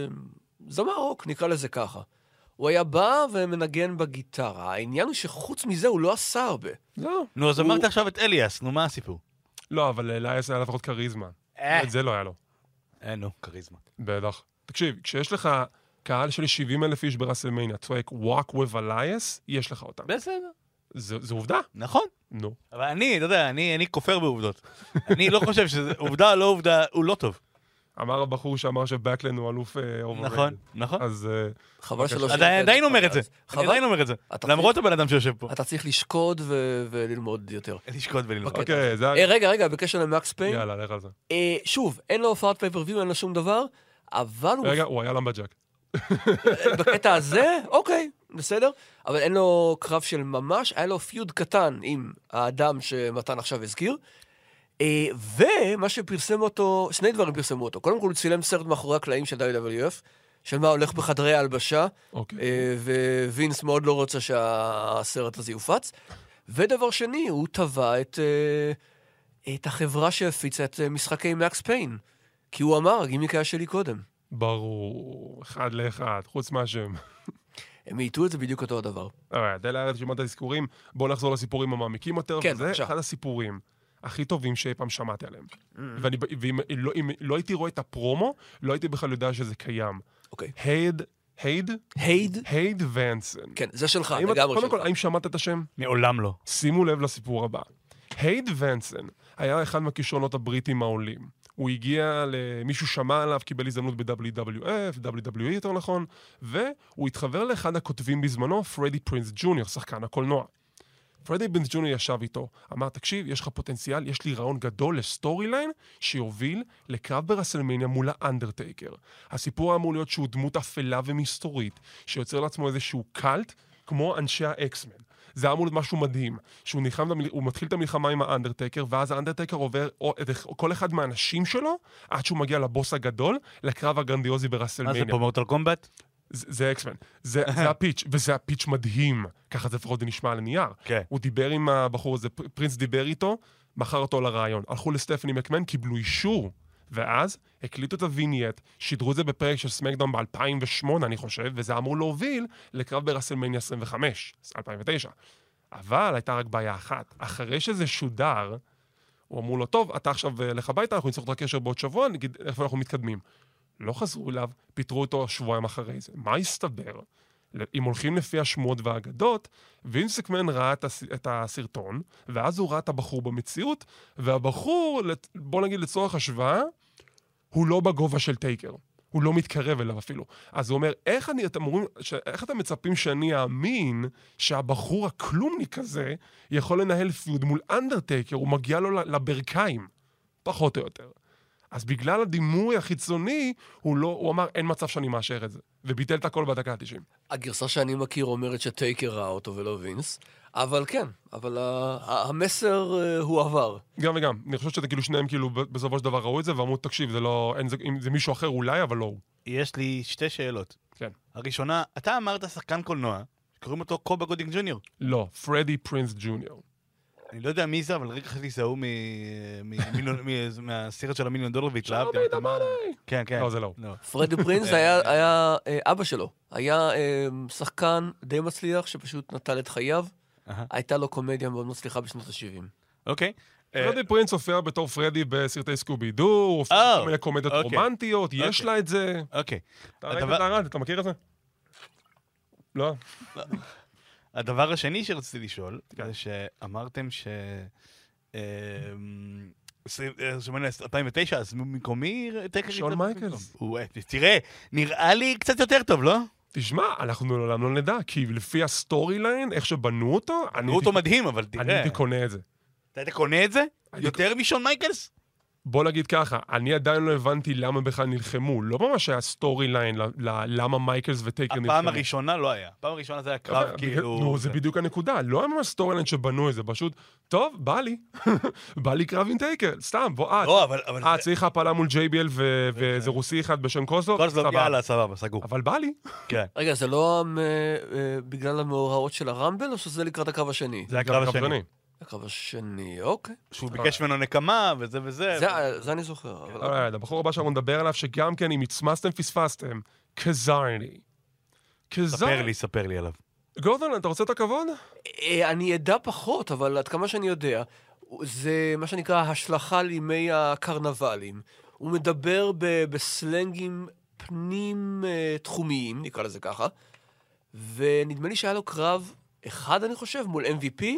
זמר רוק, נקרא לזה ככה. הוא היה בא ומנגן בגיטרה. העניין הוא שחוץ מזה הוא לא עשה הרבה. לא. נו, אז הוא- אמרת עכשיו את אליאס, נו, מה הסיפור? לא, אבל אלייס היה לפחות כריזמה. אה. את זה לא היה לו. אה, נו, כריזמה. בטח. תקשיב, כשיש לך קהל של שבעים אלף איש ברסלמניה, צועק Walk with Elias, יש לך אותם. בסדר. זו זו עובדה. נכון. נו. אבל אני, אתה יודע, אני, אני כופר בעובדות. אני לא חושב שזה, עובדה או לא עובדה, הוא לא טוב. אמר הבחור שאמר שבקלן הוא אלוף אוברייד. נכון, נכון. אז אה, חבל שלא... אתה עדיין אומר את זה. אני חבל. עדיין אומר את זה. אתה למרות הבן אדם שיושב פה. אתה צריך לשקוד ו- וללמוד יותר. לשקוט וללמוד. בקטע אוקיי, הזה. זה... אה, רגע, רגע, בקשר למקס פיין, יאללה, לך על זה. אה, שוב, אין לו הופעת פייפריוויו, אין לו שום דבר, אבל הוא רגע, הוא היה למבג'ק. בקטע הזה, אוקיי, בסדר, אבל אין לו קרב של ממש, היה לו פיוד קטן עם האדם שמתן עכשיו הזכיר, אה, ומה שפרסם אותו, שני דברים פרסמו אותו. קודם כל הוא צילם סרט מאחורי הקלעים של דאבליו דאבליו אף, של מה הולך בחדרי ההלבשה, אוקיי. אה, ווינס מאוד לא רוצה שהסרט הזה יופץ. ודבר שני, הוא טבע את, אה, את החברה שהפיצה את אה, משחקי מקס פיין, כי הוא אמר, הגימיק היה שלי קודם. ברור, אחד לאחד, חוץ מהשם. הם העיטו את זה בדיוק אותו הדבר. אוקיי, די לארץ שמעת הזכורים, בואו נחזור לסיפורים המעמיקים יותר, כן, וזה בבקשה. אחד הסיפורים הכי טובים שאי פעם שמעתי עליהם. ואני, ואם לא, אם לא הייתי רואה את הפרומו, לא הייתי בכלל יודע שזה קיים. אוקיי. הייד, הייד, הייד? הייד ונסון. כן, זה שלך, האם אתה- לגמרי קודם כל, שלך. האם שמעת את השם? מעולם לא. שימו לב לסיפור הבא. הייד ונסון היה אחד מהכישרונות הבריטים העולים. הוא הגיע למישהו שמע עליו, קיבל הזדמנות ב-דאבליו דאבליו אף, דאבליו דאבליו אי יותר נכון, והוא התחבר לאחד הכותבים בזמנו, פרדי פרינס ג'וניור, שחקן הקולנוע. פרדי פרינס ג'וניור ישב איתו, אמר, תקשיב, יש לך פוטנציאל, יש לי רעיון גדול לסטורי ליין, שיוביל לקרב ברסלמניה מול האנדרטייקר. הסיפור אמור להיות שהוא דמות אפלה ומסתורית, שיוצר לעצמו איזשהו קלט, כמו אנשי האקסמן. זה אמור להיות משהו מדהים, שהוא נלחם, הוא מתחיל את המלחמה עם האנדרטייקר, ואז האנדרטייקר עובר כל אחד מהאנשים שלו, עד שהוא מגיע לבוס הגדול, לקרב הגרנדיוזי ברסלמניה. מה זה פה, מורטל קומבט? זה, זה אקסמן. זה, זה הפיץ', וזה הפיץ' מדהים. ככה זה לפחות נשמע על הנייר. כן. הוא דיבר עם הבחור הזה, פרינס דיבר איתו, בחר אותו לרעיון. הלכו לסטפני מקמן, קיבלו אישור, ואז הקליטו את הווינייט, שידרו את זה בפרק של סמקדאון ב-אלפיים ושמונה, אני חושב, וזה אמור להוביל לקרב ברסלמניה עשרים וחמש, אלפיים ותשע. אבל הייתה רק בעיה אחת. אחרי שזה שודר, הוא אמרו לו, טוב, אתה עכשיו לך הביתה, אנחנו נצטרך את הקשר בעוד שבוע, נגיד איפה אנחנו מתקדמים. לא חזרו אליו, פיתרו אותו שבועיים אחרי זה. מה הסתבר? אם הולכים לפי השמועות והאגדות, וינס מקמן ראה את הסרטון, ואז הוא ראה את הבחור במציאות, והבחור, בוא נגיד לצורך השוואה, הוא לא בגובה של טייקר. הוא לא מתקרב אליו אפילו. אז הוא אומר, איך, אני, אתם, אומרים, ש, איך אתם מצפים שאני אאמין שהבחור הכלומניק הזה יכול לנהל פיוד מול אנדרטייקר, הוא מגיע לו לברכיים, פחות או יותר. אז בגלל הדימוי החיצוני, הוא, לא, הוא אמר, אין מצב שאני מאשר את זה. וביטל את הכל בדקה ה-תשעים. הגרסה שאני מכיר אומרת שטייקר ראה אותו ולא וינס, אבל כן, אבל המסר הוא עבר. גם וגם. אני חושב שזה כאילו שניהם כאילו בסופו של דבר ראו את זה, ואמרו, תקשיב, זה לא, אין, זה, זה מישהו אחר אולי, אבל לא הוא. יש לי שתי שאלות. כן. הראשונה, אתה אמרת שחקן קולנוע, קוראים אותו קובה גודינג ג'וניור. לא, פרדי פרינס ג'וניור. אני לא יודע מי זה, אבל רגע חשבתי זהו מהסרט של המיליון דולר והתלהבתי. כן, כן. לא, זה לא. פרדי פרינס היה אבא שלו. היה שחקן די מצליח שפשוט נטל את חייו. הייתה לו קומדיה מאוד מצליחה בשנות ה-שבעים. אוקיי. פרדי פרינס הופיע בתור פרדי בסרטי סקובי דו, הוא הופיע כל מיני קומדיות רומנטיות, יש לה את זה. אוקיי. אתה ראית את הרד, אתה מכיר את זה? לא. הדבר השני שרציתי לשאול, זה שאמרתם ש... אלפיים ותשע, אז מקומי... שון מייקלס. תראה, נראה לי קצת יותר טוב, לא? תשמע, אנחנו לעולם לא נדע, כי לפי הסטורי ליין, איך שבנו אותו... בנו אותו מדהים, אבל תראה. אני הייתי קונה את זה. אתה היית קונה את זה? יותר משון מייקלס? בוא נגיד ככה, אני עדיין לא הבנתי למה בכלל נלחמו. לא ממש היה סטורי ליין למה מייקלס וטייקר נלחמו. הפעם הראשונה לא היה. הפעם הראשונה זה היה קרב כאילו... נו, זה בדיוק הנקודה. לא היה ממש סטורי ליין שבנו את זה. פשוט, טוב, בא לי. בא לי קרב עם טייקר. סתם, בוא, אה. לא, אבל... אה, צריך הפעלה מול ג'יי בי אל ואיזה רוסי אחד בשם קוזלוב. קוזלוב, יאללה, סבבה, סגור. אבל בא לי. כן. רגע, זה לא בגלל המאורעות של הרמבל, או שזה לקראת הקרב השני? זה הקרב השני. הקרב השני, אוקיי. שהוא ביקש ממנו נקמה, וזה וזה. זה אני זוכר. הבחור הבא שאנחנו נדבר עליו, שגם כן, אם הצמסתם, פספסתם, קזרני. ספר לי, ספר לי עליו. גורדון, אתה רוצה את הכבוד? אני אדע פחות, אבל עד כמה שאני יודע, זה מה שנקרא השלכה לימי הקרנבלים. הוא מדבר בסלנגים פנים-תחומיים, נקרא לזה ככה, ונדמה לי שהיה לו קרב אחד, אני חושב, מול אם וי פי,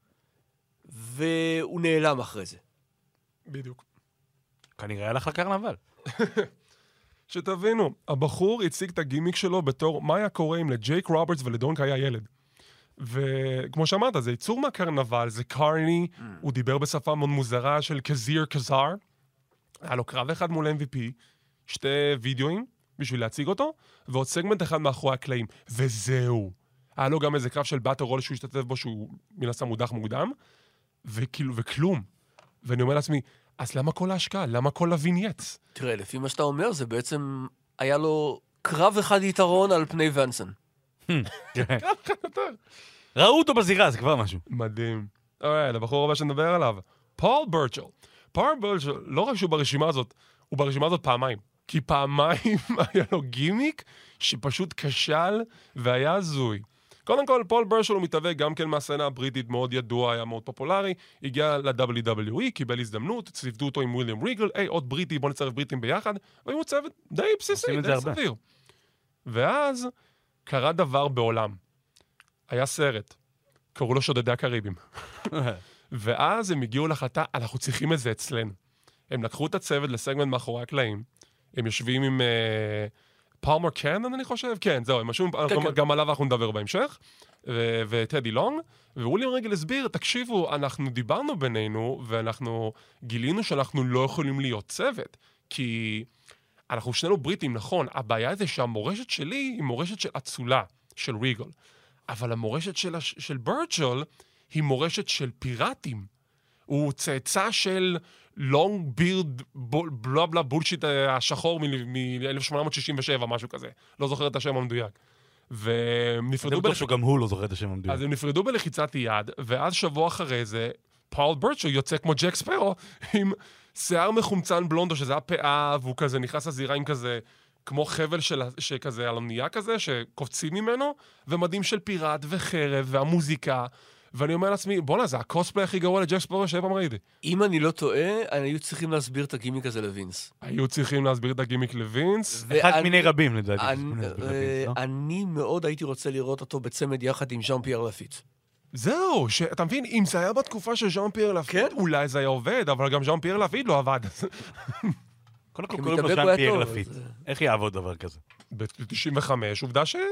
והוא נעלם אחרי זה. בדיוק. כנראה הלך לקרנבל. שתבינו, הבחור הציג את הגימיק שלו בתור מה היה קורה אם לג'ייק רוברטס ולדונק היה ילד. וכמו שאמרת, זה ייצור מהקרנבל, זה קרני, mm. הוא דיבר בשפה מאוד מוזרה של קזיר קזר. היה לו קרב אחד מול אם וי פי, שתי וידאוים בשביל להציג אותו, ועוד סגמנט אחד מאחורי הקלעים. וזהו. היה לו גם איזה קרב של באטל רול שהוא השתתף בו, שהוא מן הסתם מודח מוקדם, וכאילו, וכלום. ואני אומר לעצמי, אז למה כל ההשקעה? למה כל הווינייטס? תראה, לפי מה שאתה אומר, זה בעצם היה לו קרב אחד יתרון על פני ונסן. קרב אחד יותר. ראו אותו בזירה, זה כבר משהו. מדהים. אוקיי, לבחור הבא שנדבר עליו. פול ברצ'ל. פול ברצ'ל, לא רק שהוא ברשימה הזאת, הוא ברשימה הזאת פעמיים. כי פעמיים היה לו גימיק שפשוט כשל והיה הזוי. קודם כל, פול ברצ'ל הוא מתהווה גם כן מהסצנה הבריטית, מאוד ידוע, היה מאוד פופולרי, הגיע ל-דאבליו דאבליו אי, קיבל הזדמנות, צוותו אותו עם וויליאם ריגל, היי, עוד בריטי, בוא נצרף בריטים ביחד, והיו צוות די בסיסי, די סביר. ואז קרה דבר בעולם. היה סרט, קראו לו שודדי הקריבים. ואז הם הגיעו לחלטה, אנחנו צריכים את זה אצלנו. הם לקחו את הצוות לסגמנט מאחורי הקלעים, הם יושבים עם... פלמר קנן, אני חושב? כן, זהו, הם משהו, גם עליו אנחנו נדבר בהמשך, וטדי לונג, וויליאם ריגל הסביר, תקשיבו, אנחנו דיברנו בינינו, ואנחנו גילינו שאנחנו לא יכולים להיות צוות, כי אנחנו שנינו בריטים, נכון, הבעיה זה שהמורשת שלי היא מורשת של אצולה, של ריגל. אבל המורשת של, הש... של ברצ'ל היא מורשת של פיראטים. הוא צאצא של לונג בירד בלה בלה בולשיט השחור מ-אלף שמונה מאות שישים ושבע, משהו כזה. לא זוכר את השם המדויק. והם נפרדו... בטוח שגם הוא לא זוכר את השם המדויק. אז הם נפרדו בלחיצת יד, ואז שבוע אחרי זה, פאול ברצ'ל יוצא כמו ג'ק ספרו, עם שיער מחומצן בלונדו, שזה הפאה, והוא כזה נכנס לזירה עם כזה, כמו חבל של, שכזה על אונייה כזה, שקופצים ממנו, ומדים של פיראט וחרב, והמוזיקה, ואני אומר לעצמי, בוא'נה, זה הקוספלי הכי גרוע לג'ק ספרו שאי פעם ראיתי. אם אני לא טועה, היו צריכים להסביר את הגימיק הזה לווינס. היו צריכים להסביר את הגימיק לווינס. אחד מיני רבים, לדעתי. אני מאוד הייתי רוצה לראות אותו בצמד יחד עם ז'אן פייר לפיט. זהו, אתה מבין, אם זה היה בתקופה של ז'אן פייר לפיד, אולי זה היה עובד, אבל גם ז'אן פייר לפיד לא עבד. קודם כל קוראים לו ז'אן פייר לפיד. איך יעבוד דבר כזה? ב-תשעים וחמש, עובדה ש...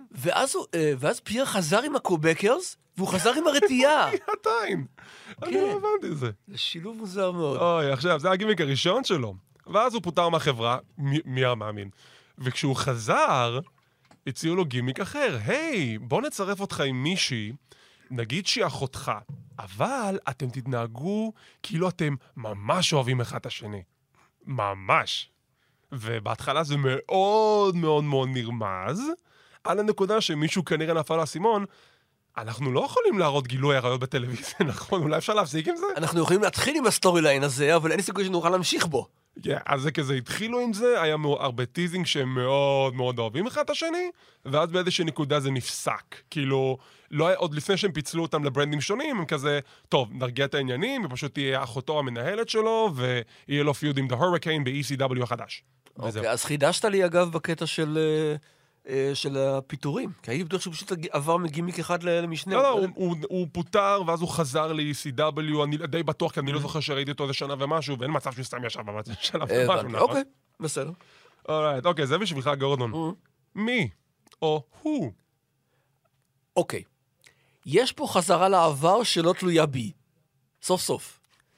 ואז פייר חזר עם הקובקרס, והוא חזר עם הרתיעה. עדיין. אני לא הבנתי את זה. זה שילוב מוזר מאוד. אוי, עכשיו, זה הגימיק הראשון שלו. ואז הוא פוטר מהחברה, מי המאמין. וכשהוא חזר, הציעו לו גימיק אחר. היי, בוא נצרף אותך עם מישהי, נגיד שהיא אחותך, אבל אתם תתנהגו כאילו אתם ממש אוהבים אחד את השני. ממש. ובהתחלה זה מאוד מאוד מאוד נרמז, על הנקודה שמישהו כנראה נפל לאסימון, אנחנו לא יכולים להראות גילוי עריות בטלוויזיה, נכון? אולי אפשר להפסיק עם זה? אנחנו יכולים להתחיל עם הסטורי ליין הזה, אבל אין סיכוי שנוכל להמשיך בו. כן, אז זה כזה התחילו עם זה, היה הרבה טיזינג שהם מאוד מאוד אוהבים אחד את השני, ואז באיזושהי נקודה זה נפסק. כאילו, לא, עוד לפני שהם פיצלו אותם לברנדים שונים, הם כזה, טוב, נרגיע את העניינים, ופשוט תהיה אחותו המנהלת שלו, ויהיה לו פיוד עם The Hurricane ב-E C W החדש. אוקיי, אז חידשת לי אגב בקטע של... של הפיתורים, כי הייתי בטוח שהוא פשוט עבר מגימיק אחד למשנה. לא, לא, הוא, הוא, הוא פוטר, ואז הוא חזר ל-E C W, אני די בטוח, כי אני לא זוכר שראיתי אותו איזה שנה ומשהו, ואין מצב שהוא סתם ישב במצב שלה ומשהו. אוקיי, בסדר. אורייט, אוקיי, זה בשבילך גורדון. מי? או הוא? אוקיי. יש פה חזרה לעבר שלא תלויה בי. סוף סוף.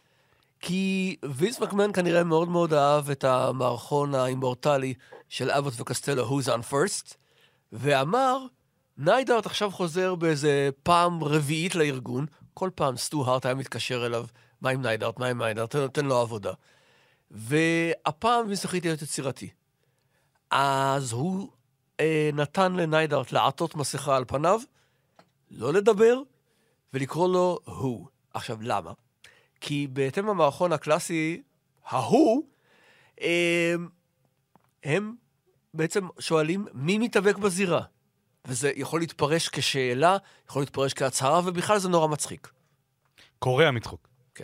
כי וינס מקמן כנראה מאוד מאוד אהב את המערכון האימורטלי של אבוט וקסטלו, Who's on First, ואמר, ניידארט עכשיו חוזר באיזה פעם רביעית לארגון, כל פעם סטו הארט היה מתקשר אליו, מה עם ניידארט, מה עם ניידארט, נותן לו עבודה. והפעם וינס החליט להיות יצירתי. אז הוא אה, נתן לניידארט לעטות מסכה על פניו, לא לדבר, ולקרוא לו הוא. עכשיו, למה? כי בהתאם למערכון הקלאסי, ההוא, הם, הם בעצם שואלים מי מתאבק בזירה. וזה יכול להתפרש כשאלה, יכול להתפרש כהצהרה, ובכלל זה נורא מצחיק. קורא מצחוק. כן.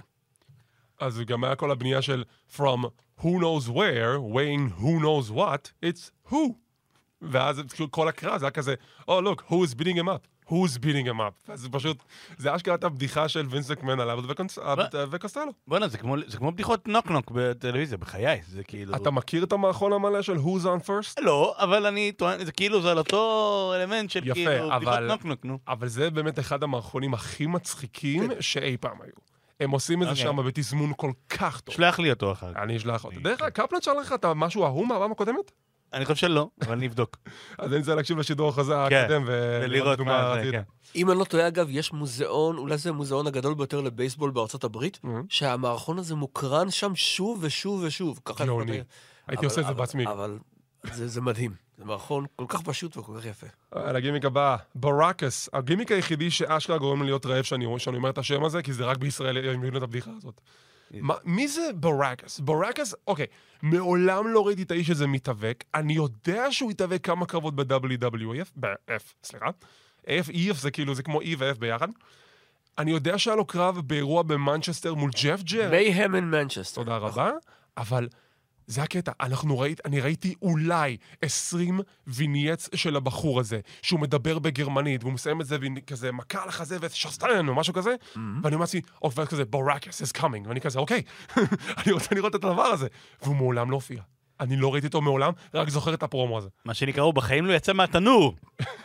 אז גם היה כל הבנייה של from who knows where, weighing who knows what, it's who. ואז כל הקרא זה היה כזה, oh look, who is beating him up? who's beating him up. זה פשוט, זה אשכרה את הבדיחה של וינס מקמן על אבוט וקוסטלו. בוא'נה, זה כמו בדיחות נוק-נוק בטלוויזיה, בחיי, זה כאילו... אתה מכיר את המערכון המלא של who's on first? לא, אבל אני טוען, זה כאילו, זה על אותו אלמנט של כאילו בדיחות נוק-נוק, נו. אבל זה באמת אחד המערכונים הכי מצחיקים שאי פעם היו. הם עושים את זה שם בתזמון כל כך טוב. שלח לי אותו אחר. אני אשלח אותו. דרך אגב, קפלן שאל לך, אתה משהו ההוא מהפעם הקודמת? אני חושב שלא, אבל אני אבדוק. אז אני רוצה להקשיב לשידור החזה הקודם ולראות מה זה, כן. אם אני לא טועה, אגב, יש מוזיאון, אולי זה המוזיאון הגדול ביותר לבייסבול בארצות הברית, שהמערכון הזה מוקרן שם שוב ושוב ושוב. גאוני. הייתי עושה את זה בעצמי. אבל זה מדהים. זה מערכון כל כך פשוט וכל כך יפה. על הגימיק הבא, ברקס. הגימיק היחידי שאשכרה גורם לי להיות רעב שאני אומר את השם הזה, כי זה רק בישראל ימינו את הבדיחה הזאת. מי זה ברקס? ברקס, אוקיי, מעולם לא ראיתי את האיש הזה מתאבק, אני יודע שהוא התאבק כמה קרבות ב-דאבליו דאבליו אי, ב-F, סליחה, F, E, F זה כאילו, זה כמו E ו-F ביחד, אני יודע שהיה לו קרב באירוע במנצ'סטר מול ג'ף ג'ר, מייהם אין מנצ'סטר. תודה רבה, אבל זה הקטע, אנחנו ראית, אני ראיתי אולי עשרים וינייץ של הבחור הזה, שהוא מדבר בגרמנית, והוא מסיים את זה וכזה מכה לך זה ושסטן או משהו כזה, ואני אומר לי, אוקיי, כזה, ברקס is coming, ואני כזה, אוקיי, אני רוצה לראות את הדבר הזה, והוא מעולם לא הופיע. אני לא ראיתי אותו מעולם, רק זוכר את הפרומו הזה. מה שנקרא, הוא בחיים לא יצא מהתנור.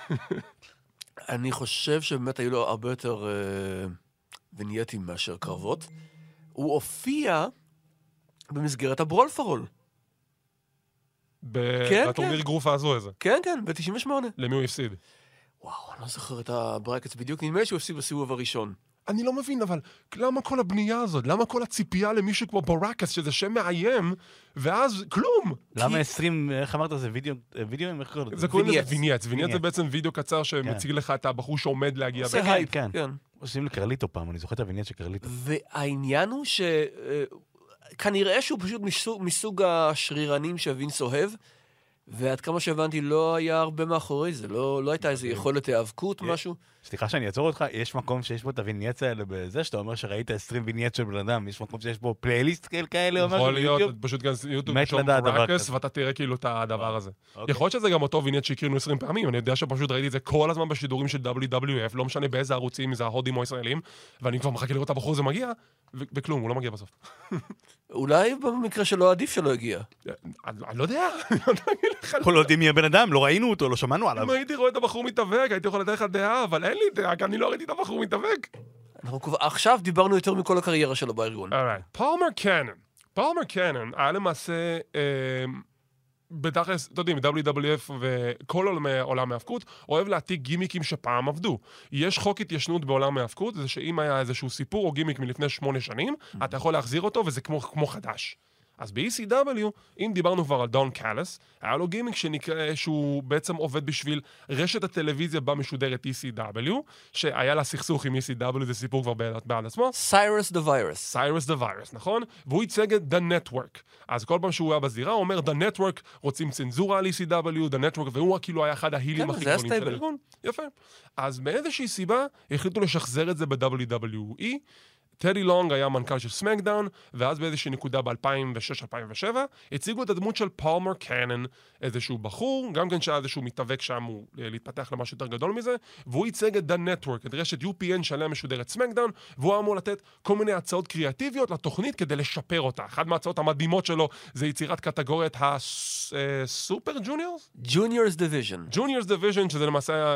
אני חושב שבאמת היו לו הרבה יותר ונייטים מאשר קרבות. הוא הופיע במסגרת הברול פרול. בטורניר גרופה הזו איזה. כן, כן, ב-תשעים ושמונה. למי הוא הפסיד? וואו, אני לא זוכר את הברקטס בדיוק, נדמה לי שהוא הפסיד בסיבוב הראשון. אני לא מבין, אבל למה כל הבנייה הזאת? למה כל הציפייה למישהו כמו ברקס, שזה שם מאיים, ואז כלום? למה עשרים, איך אמרת, זה וידאו, וידאו, איך קוראים לזה? זה קוראים לזה וינייטס. וינייטס זה בעצם וידאו קצר שמציג לך את הבחור שעומד להגיע. עושה הייפ, כן. עושים לקרליטו פעם, אני זוכר את הווינייט של קרליטו. והעניין הוא שכנראה שהוא פשוט מסוג השרירנים שווינס אוהב, ועד כמה שהבנתי, לא היה הרבה מאחורי זה, לא, לא הייתה איזו יכולת היאבקות, משהו. סליחה שאני אעצור אותך, יש מקום שיש בו את הווינייטס האלה בזה, שאתה אומר שראית עשרים וינייטס של בן אדם, יש מקום שיש בו פלייליסט כאלה, יכול להיות, פשוט גם יוטיוב שום ברקס, ואתה תראה כאילו את הדבר הזה. יכול להיות שזה גם אותו וינייט שהכירנו עשרים פעמים, אני יודע שפשוט ראיתי את זה כל הזמן בשידורים של דאבליו דאבליו אף, לא משנה באיזה ערוצים, אם זה ההודים או ישראלים, ואני כבר מחכה לראות את הבחור הזה מגיע, וכלום, הוא לא מגיע בסוף. אולי במקרה שלו עדיף שלא הגיע. אני לא יודע. אנחנו לא יודעים מי הבן אדם, לא ראינו אותו, לא שמענו עליו. אם הייתי רואה את הבחור מתאבק, הייתי יכול לתת לך דעה, אבל אין לי דעה, כי אני לא ראיתי את הבחור מתאבק. עכשיו דיברנו יותר מכל הקריירה שלו בארגון. פולמר קנון. פולמר קנון היה למעשה, בתכלס, אתה יודעים, דאבליו דאבליו אף וכל עולם ההאבקות, אוהב להעתיק גימיקים שפעם עבדו. יש חוק התיישנות בעולם ההאבקות, זה שאם היה איזשהו סיפור או גימיק מלפני שמונה שנים, אתה יכול להחזיר אותו וזה כמו, כמו חדש. אז ב-אי סי דאבליו, אם דיברנו כבר על דון קאלס, היה לו גימיק שנקרא, שהוא בעצם עובד בשביל רשת הטלוויזיה בה משודרת אי סי דאבליו, שהיה לה סכסוך עם אי סי דאבליו, זה סיפור כבר בעד עצמו. Cyrus the Virus. Cyrus the Virus, נכון? והוא ייצג את The Network. אז כל פעם שהוא היה בזירה, הוא אומר, The Network רוצים צנזורה על אי סי דאבליו, The Network, והוא כאילו היה אחד ההילים הכי גדולים של הארגון. יפה. אז מאיזושהי סיבה, החליטו לשחזר את זה ב-דאבליו דאבליו אי, טדי לונג היה מנכ"ל של סמקדאון, ואז באיזושהי נקודה ב-אלפיים ושש אלפיים ושבע, הציגו את הדמות של פולמר קנון, איזשהו בחור, גם כן שהיה איזשהו מתאבק שם הוא להתפתח למשהו יותר גדול מזה, והוא ייצג את The Network, את רשת יו פי אן שעליה משודרת סמקדאון, והוא אמור לתת כל מיני הצעות קריאטיביות לתוכנית כדי לשפר אותה. אחת מההצעות המדהימות שלו זה יצירת קטגוריית הסופר ג'וניורס? ג'וניורס דיוויז'ן. ג'וניורס דיוויז'ן, שזה למעשה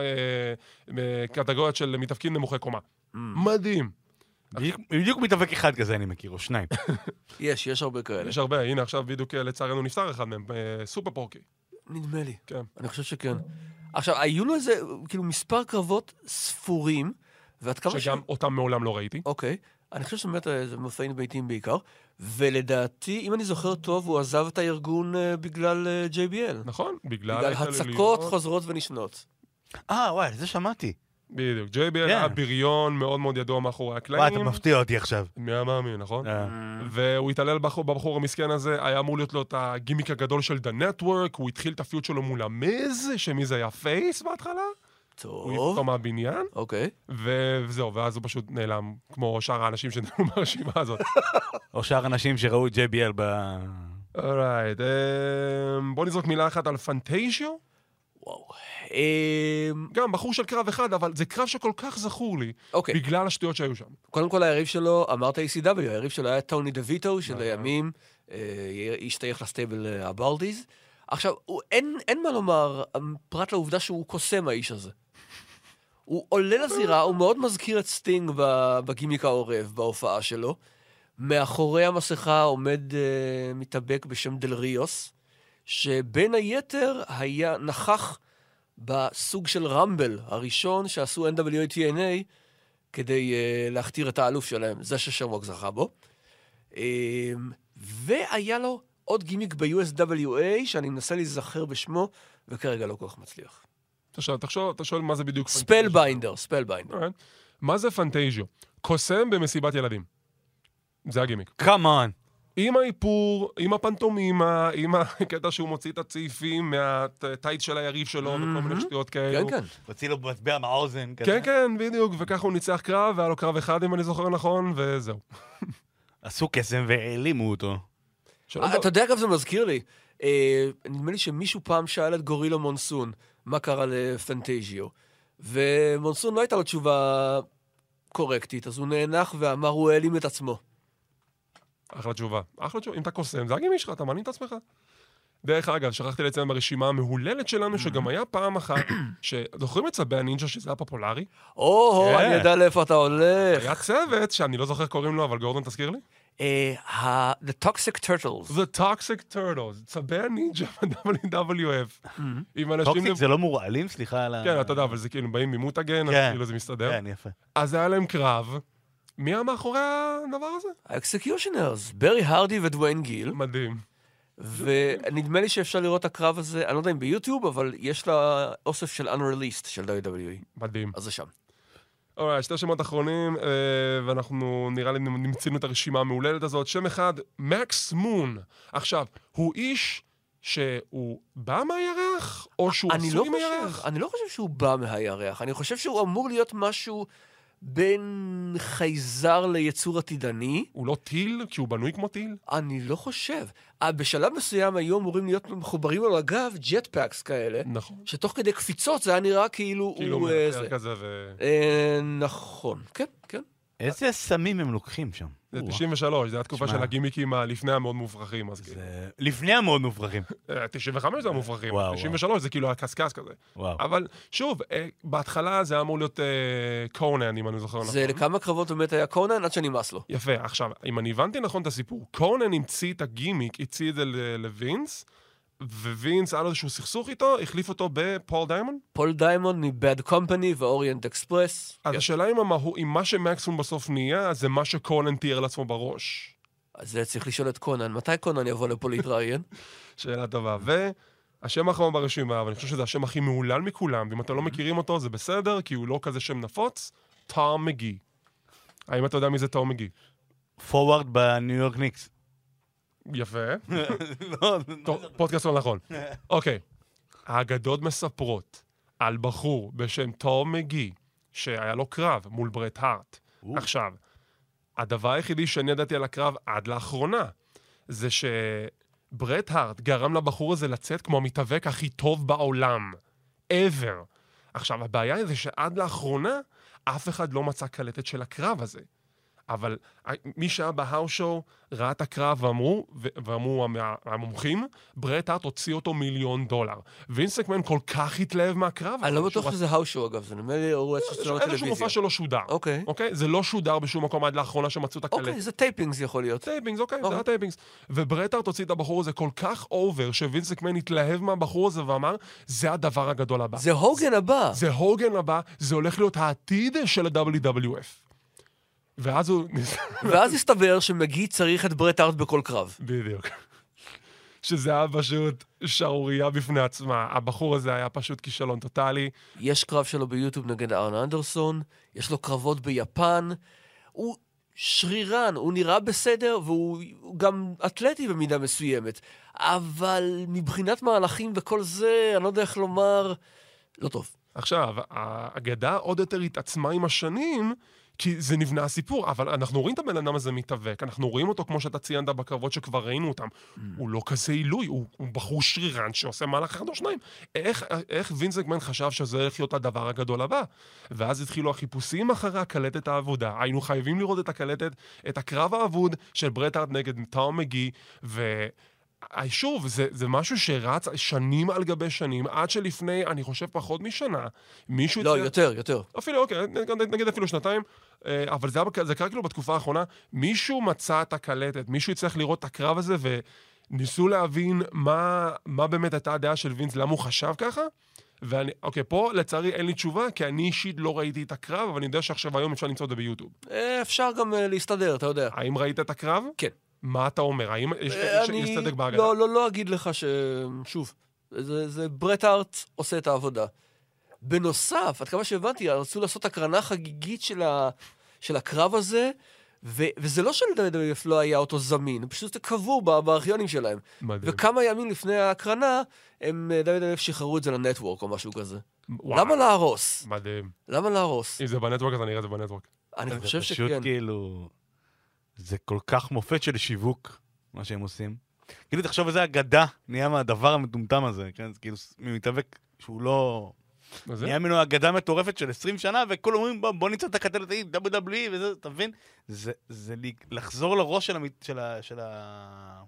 קטגוריות של מתאבקים נמוכי קומה. מדהים. בדיוק מתאבק אחד כזה אני מכיר, או שניים. יש, יש הרבה כאלה. יש הרבה, הנה עכשיו בדיוק לצערנו נפטר אחד מהם, סופר פורקי. נדמה לי. כן. אני חושב שכן. עכשיו, היו לו איזה, כאילו, מספר קרבות ספורים, ועד כמה ש... שגם אותם מעולם לא ראיתי. אוקיי. אני חושב שבאמת זה מופעים ביתיים בעיקר, ולדעתי, אם אני זוכר טוב, הוא עזב את הארגון בגלל ג'יי בי אל. נכון, בגלל... בגלל הצקות חוזרות ונשנות. אה, וואי, זה שמעתי. בדיוק, ג'יי בי אל היה בריון מאוד מאוד ידוע מאחורי הקלעים. וואי, אתה מפתיע אותי עכשיו. מי המאמין, נכון? והוא התעלל בבחור המסכן הזה, היה אמור להיות לו את הגימיק הגדול של The Network, הוא התחיל את הפיוט שלו מול המיז, שמיז היה פייס בהתחלה. טוב. הוא העיף אותו מהבניין. אוקיי. וזהו, ואז הוא פשוט נעלם, כמו שאר האנשים שנעלמו מהרשימה הזאת. או שאר האנשים שראו את ג'יי בי אל ב... אורייט, בוא נזרוק מילה אחת על פנטזיו. וואו. גם בחור של קרב אחד, אבל זה קרב שכל כך זכור לי, בגלל השטויות שהיו שם. קודם כל היריב שלו, אמרת אי סי דאבליו, היריב שלו היה טוני דוויטו, של הימים, השתייך לסטייבל הבלדיז. עכשיו, אין מה לומר, פרט לעובדה שהוא קוסם האיש הזה. הוא עולה לזירה, הוא מאוד מזכיר את סטינג בגימיק העורב, בהופעה שלו. מאחורי המסכה עומד מתאבק בשם דל ריוס, שבין היתר היה נכח בסוג של רמבל הראשון שעשו אן דאבליו טי אן איי כדי uh, להכתיר את האלוף שלהם, זה ששרמוק זכה בו. Um, והיה לו עוד גימיק ב-יו אס דאבליו איי שאני מנסה להיזכר בשמו, וכרגע לא כל כך מצליח. תשאל, תחשוב, אתה שואל מה זה בדיוק פנטזיו. ספלביינדר, ספלביינדר. מה זה פנטזיו? קוסם במסיבת ילדים. זה הגימיק. קאמן. עם האיפור, עם הפנטומימה, עם הקטע שהוא מוציא את הצעיפים מהטייט של היריב שלו וכל מיני שטויות כאלו. כן, כן. מוציא לו מטבע מהאוזן. כן, כן, בדיוק. וככה הוא ניצח קרב, והיה לו קרב אחד, אם אני זוכר נכון, וזהו. עשו קסם והעלימו אותו. אתה יודע, אגב, זה מזכיר לי. נדמה לי שמישהו פעם שאל את גורילה מונסון מה קרה לפנטזיו. ומונסון לא הייתה לו תשובה קורקטית, אז הוא נאנח ואמר, הוא העלים את עצמו. אחלה תשובה. אחלה תשובה. אם אתה קוסם, זה הגימי שלך, אתה מעניין את עצמך. דרך אגב, שכחתי לציין ברשימה המהוללת שלנו, שגם היה פעם אחת, שזוכרים את צבי הנינג'ה שזה היה פופולרי? או, אני יודע לאיפה אתה הולך. היה צוות, שאני לא זוכר קוראים לו, אבל גורדון תזכיר לי? The Toxic Turtles. The Toxic Turtles, צבי הנינג'ה ב-דאבליו דאבליו אף. טוקסיק זה לא מורעלים? סליחה על ה... כן, אתה יודע, אבל זה כאילו באים ממוטגן, אז כאילו זה מסתדר. כן, יפה. אז היה להם קרב. מי היה מאחורי הדבר הזה? האקסקיושנרס, ברי הרדי ודוויין גיל. מדהים. ונדמה לי שאפשר לראות את הקרב הזה, אני לא יודע אם ביוטיוב, אבל יש לה אוסף של Unreleased של דאבליו דאבליו אי. מדהים. אז זה שם. אולי, שתי שמות אחרונים, ואנחנו נראה לי נמצינו את הרשימה המעוללת הזאת. שם אחד, מקס מון. עכשיו, הוא איש שהוא בא מהירח, או שהוא עשוי מהירח? אני לא חושב שהוא בא מהירח. אני חושב שהוא אמור להיות משהו בין חייזר ליצור עתידני. הוא לא טיל? כי הוא בנוי כמו טיל? אני לא חושב. בשלב מסוים היו אמורים להיות מחוברים על הגב ג'טפקס כאלה. נכון. שתוך כדי קפיצות זה היה נראה כאילו... כאילו הוא... מאחר כזה ו... נכון, כן, כן. איזה סמים הם לוקחים שם? זה תשעים ושלוש, זה התקופה של הגימיקים הלפני המאוד מופרכים. לפני המאוד מופרכים. תשעים וחמש זה המופרכים, תשעים ושלוש זה כאילו הקסקס כזה. וואו. אבל שוב, בהתחלה זה אמור להיות קונן, אם אני זוכר נכון. זה לכמה קרבות באמת היה קונן, עד שנמאס לו. יפה, עכשיו, אם אני הבנתי נכון את הסיפור, קונן המציא את הגימיק, הציע את זה לווינס, ווינס היה לו איזשהו סכסוך איתו, החליף אותו בפול דיימון? פול דיימון מבד קומפני ואוריינט אקספרס. אז השאלה אם מה שמקסמום בסוף נהיה, זה מה שקונן תיאר לעצמו בראש. אז זה צריך לשאול את קונן. מתי קונן יבוא לפה להתראיין? שאלה טובה. והשם האחרון ברשימה, ואני חושב שזה השם הכי מעולל מכולם, ואם אתם לא מכירים אותו, זה בסדר, כי הוא לא כזה שם נפוץ, טום מגי. האם אתה יודע מי זה טום מגי? פורוורד בניו יורק ניקס. יפה. פודקאסט לא נכון. אוקיי. האגדות מספרות על בחור בשם טום מגי, שהיה לו קרב מול ברט הארט. עכשיו, הדבר היחידי שאני ידעתי על הקרב עד לאחרונה, זה שברט הארט גרם לבחור הזה לצאת כמו המתאבק הכי טוב בעולם. ever. עכשיו, הבעיה היא זה שעד לאחרונה, אף אחד לא מצא קלטת של הקרב הזה. אבל מי שהיה בהאוס שואו ראה את הקרב ואמרו, ואמרו המומחים, ברט הארט הוציא אותו מיליון דולר. וינס מקמן כל כך התלהב מהקרב. אני לא בטוח שזה האוס שואו אגב, זה נדמה לי או איזשהו מופע שלו שודר. אוקיי. זה לא שודר בשום מקום עד לאחרונה שמצאו את הקלטת. אוקיי, זה טייפינגס יכול להיות. טייפינגס, אוקיי, זה היה טייפינגס. וברט הארט הוציא את הבחור הזה כל כך אובר, שווינס מקמן התלהב מהבחור הזה ואמר, זה הדבר הגדול הבא. זה הוגן הבא. זה הוגן הבא, זה הולך להיות העתיד של ה-דאבליו דאבליו אף. ואז הוא... ואז הסתבר שמגי צריך את ברט הארט בכל קרב. בדיוק. שזה היה פשוט שערורייה בפני עצמה. הבחור הזה היה פשוט כישלון טוטלי. יש קרב שלו ביוטיוב נגד ארן אנדרסון, יש לו קרבות ביפן, הוא שרירן, הוא נראה בסדר, והוא גם אתלטי במידה מסוימת. אבל מבחינת מהלכים וכל זה, אני לא יודע איך לומר, לא טוב. עכשיו, האגדה עוד יותר התעצמה עם השנים, כי זה נבנה הסיפור, אבל אנחנו רואים את הבן אדם הזה מתאבק, אנחנו רואים אותו כמו שאתה ציינת בקרבות שכבר ראינו אותם. Mm. הוא לא כזה עילוי, הוא, הוא בחור שרירן שעושה מהלך אחד או שניים. איך, איך וינס מקמן חשב שזה הולך להיות הדבר הגדול הבא? ואז התחילו החיפושים אחרי הקלטת העבודה. היינו חייבים לראות את הקלטת, את הקרב האבוד של ברט הארט נגד טום מגי, ו... שוב, זה, זה משהו שרץ שנים על גבי שנים, עד שלפני, אני חושב, פחות משנה, מישהו... לא, יותר, יותר. אפילו, אוקיי, נגיד אפילו שנתיים, אבל זה, זה קרה כאילו בתקופה האחרונה, מישהו מצא את הקלטת, מישהו יצטרך לראות את הקרב הזה, וניסו להבין מה, מה באמת הייתה הדעה של וינס, למה הוא חשב ככה, ואני, אוקיי, פה לצערי אין לי תשובה, כי אני אישית לא ראיתי את הקרב, אבל אני יודע שעכשיו היום אפשר למצוא את זה ביוטיוב. אפשר גם להסתדר, אתה יודע. האם ראית את הקרב? כן. מה אתה אומר? האם יש צדק בהגנה? לא, לא, לא אגיד לך ש... שוב, זה, זה ברט הארט עושה את העבודה. בנוסף, עד כמה שהבנתי, רצו לעשות הקרנה חגיגית של, ה... של הקרב הזה, ו... וזה לא של דאבליו דאבליו אף לא היה אותו זמין, פשוט קבעו בארכיונים שלהם. מדהים. וכמה ימים לפני ההקרנה, הם דאבליו דאבליו אף שחררו את זה לנטוורק או משהו כזה. וואו. למה להרוס? מדהים. למה להרוס? אם זה בנטוורק, אז אני אראה את זה בנטוורק. אני חושב שכן. פשוט כאילו... זה כל כך מופת של שיווק, מה שהם עושים. כאילו, תחשוב איזה אגדה נהיה מהדבר המטומטם הזה, כן? כאילו, מתאבק שהוא לא... נהיה ממנו אגדה מטורפת של עשרים שנה, וכול אומרים, בוא, בוא ניצא את הקטלת ההיא, דאבליו דאבליו אי, וזה, אתה מבין? זה, זה לחזור לראש של, המת, של, ה, של, ה,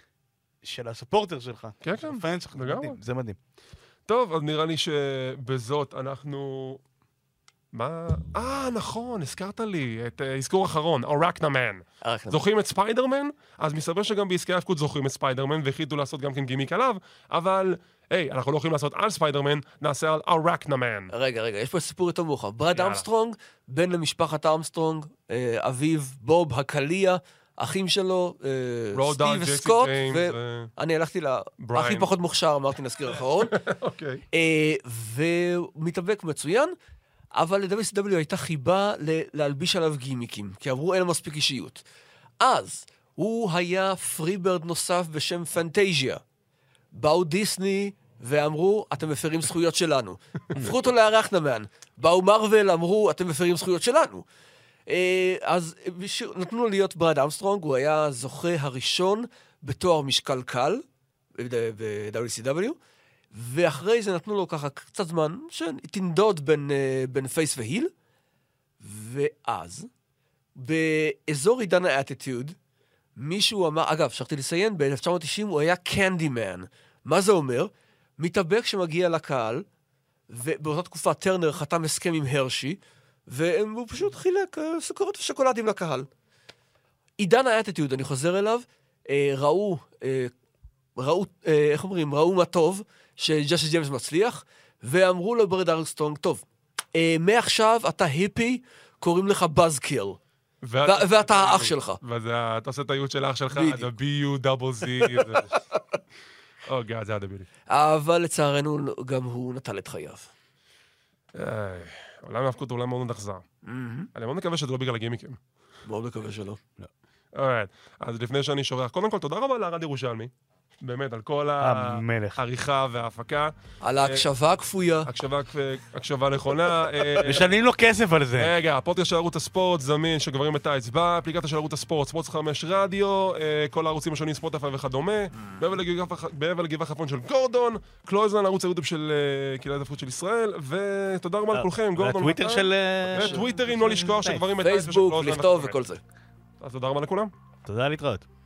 של הספורטר שלך. כן, כן. זה מדהים, זה מדהים. טוב, אז נראה לי שבזאת אנחנו מה? אה, נכון, הזכרת לי את אזכור אחרון, ארקנמן. ארקנמן. זוכרים את ספיידרמן? אז מסתבר שגם בעסקי ההפקות זוכרים את ספיידרמן, והחליטו לעשות גם כן גימיק עליו, אבל, היי, אנחנו לא יכולים לעשות על ספיידרמן, נעשה על ארקנמן. רגע, רגע, יש פה סיפור יותר מאוחר. ברד אמסטרונג, בן למשפחת אמסטרונג, אביו, בוב, הקליה, אחים שלו, סטיב וסקוט, ואני הלכתי להכי פחות מוכשר, אמרתי נזכיר אחרון. אוקיי. והוא מתאבק מצוין, אבל ל-דאבליו סי דאבליו הייתה חיבה להלביש עליו גימיקים, כי אמרו אין לו מספיק אישיות. אז הוא היה פריברד נוסף בשם פנטזיה. באו דיסני ואמרו, אתם מפרים זכויות שלנו. הפכו אותו לארקנמן. באו מרוול, אמרו, אתם מפרים זכויות שלנו. אז נתנו לו להיות ברד אמסטרונג, הוא היה זוכה הראשון בתואר משקל קל, ב-דאבליו סי דאבליו, ואחרי זה נתנו לו ככה קצת זמן, שתנדוד בין, בין פייס והיל, ואז, באזור עידן האטיטיוד, מישהו אמר, אגב, שכחתי לציין, ב-אלף תשע מאות תשעים הוא היה קנדימן. מה זה אומר? מתאבק שמגיע לקהל, ובאותה תקופה טרנר חתם הסכם עם הרשי, והוא פשוט חילק סוכרות ושוקולדים לקהל. עידן האטיטיוד, אני חוזר אליו, ראו, ראו, איך אומרים, ראו מה טוב, שג'סי ג'יימס מצליח, ואמרו לו ברד אמסטרונג, טוב, מעכשיו אתה היפי, קוראים לך בזקיל. ואתה האח שלך. ואתה עושה את הייעוד של האח שלך, ה-B U double Z. או גאד, זה הדבילי. אבל לצערנו גם הוא נטל את חייו. עולם ההפקות הוא עולם מאוד אכזר. אני מאוד מקווה שזה לא בגלל הגימיקים. מאוד מקווה שלא. אז לפני שאני שורח, קודם כל תודה רבה לארד ירושלמי. באמת, על כל העריכה וההפקה. על ההקשבה הכפויה. הקשבה נכונה. משלמים לו כסף על זה. רגע, הפודקאסט של ערוץ הספורט זמין שגברים בטייץ באפליקציה של ערוץ הספורט, ספורט חמש רדיו, כל הערוצים השונים, ספוטיפיי וכדומה, בעבר לגבעה חפון של גורדון, קלויזמן, ערוץ היוטיוב של קהילת ההפקות של ישראל, ותודה רבה לכולכם, גורדון. והטוויטר של... וטוויטרים, לא לשכוח שגברים בטייץ פייסבוק, לכתוב וכל זה. אז תודה רבה לכולם. תודה, להתראות.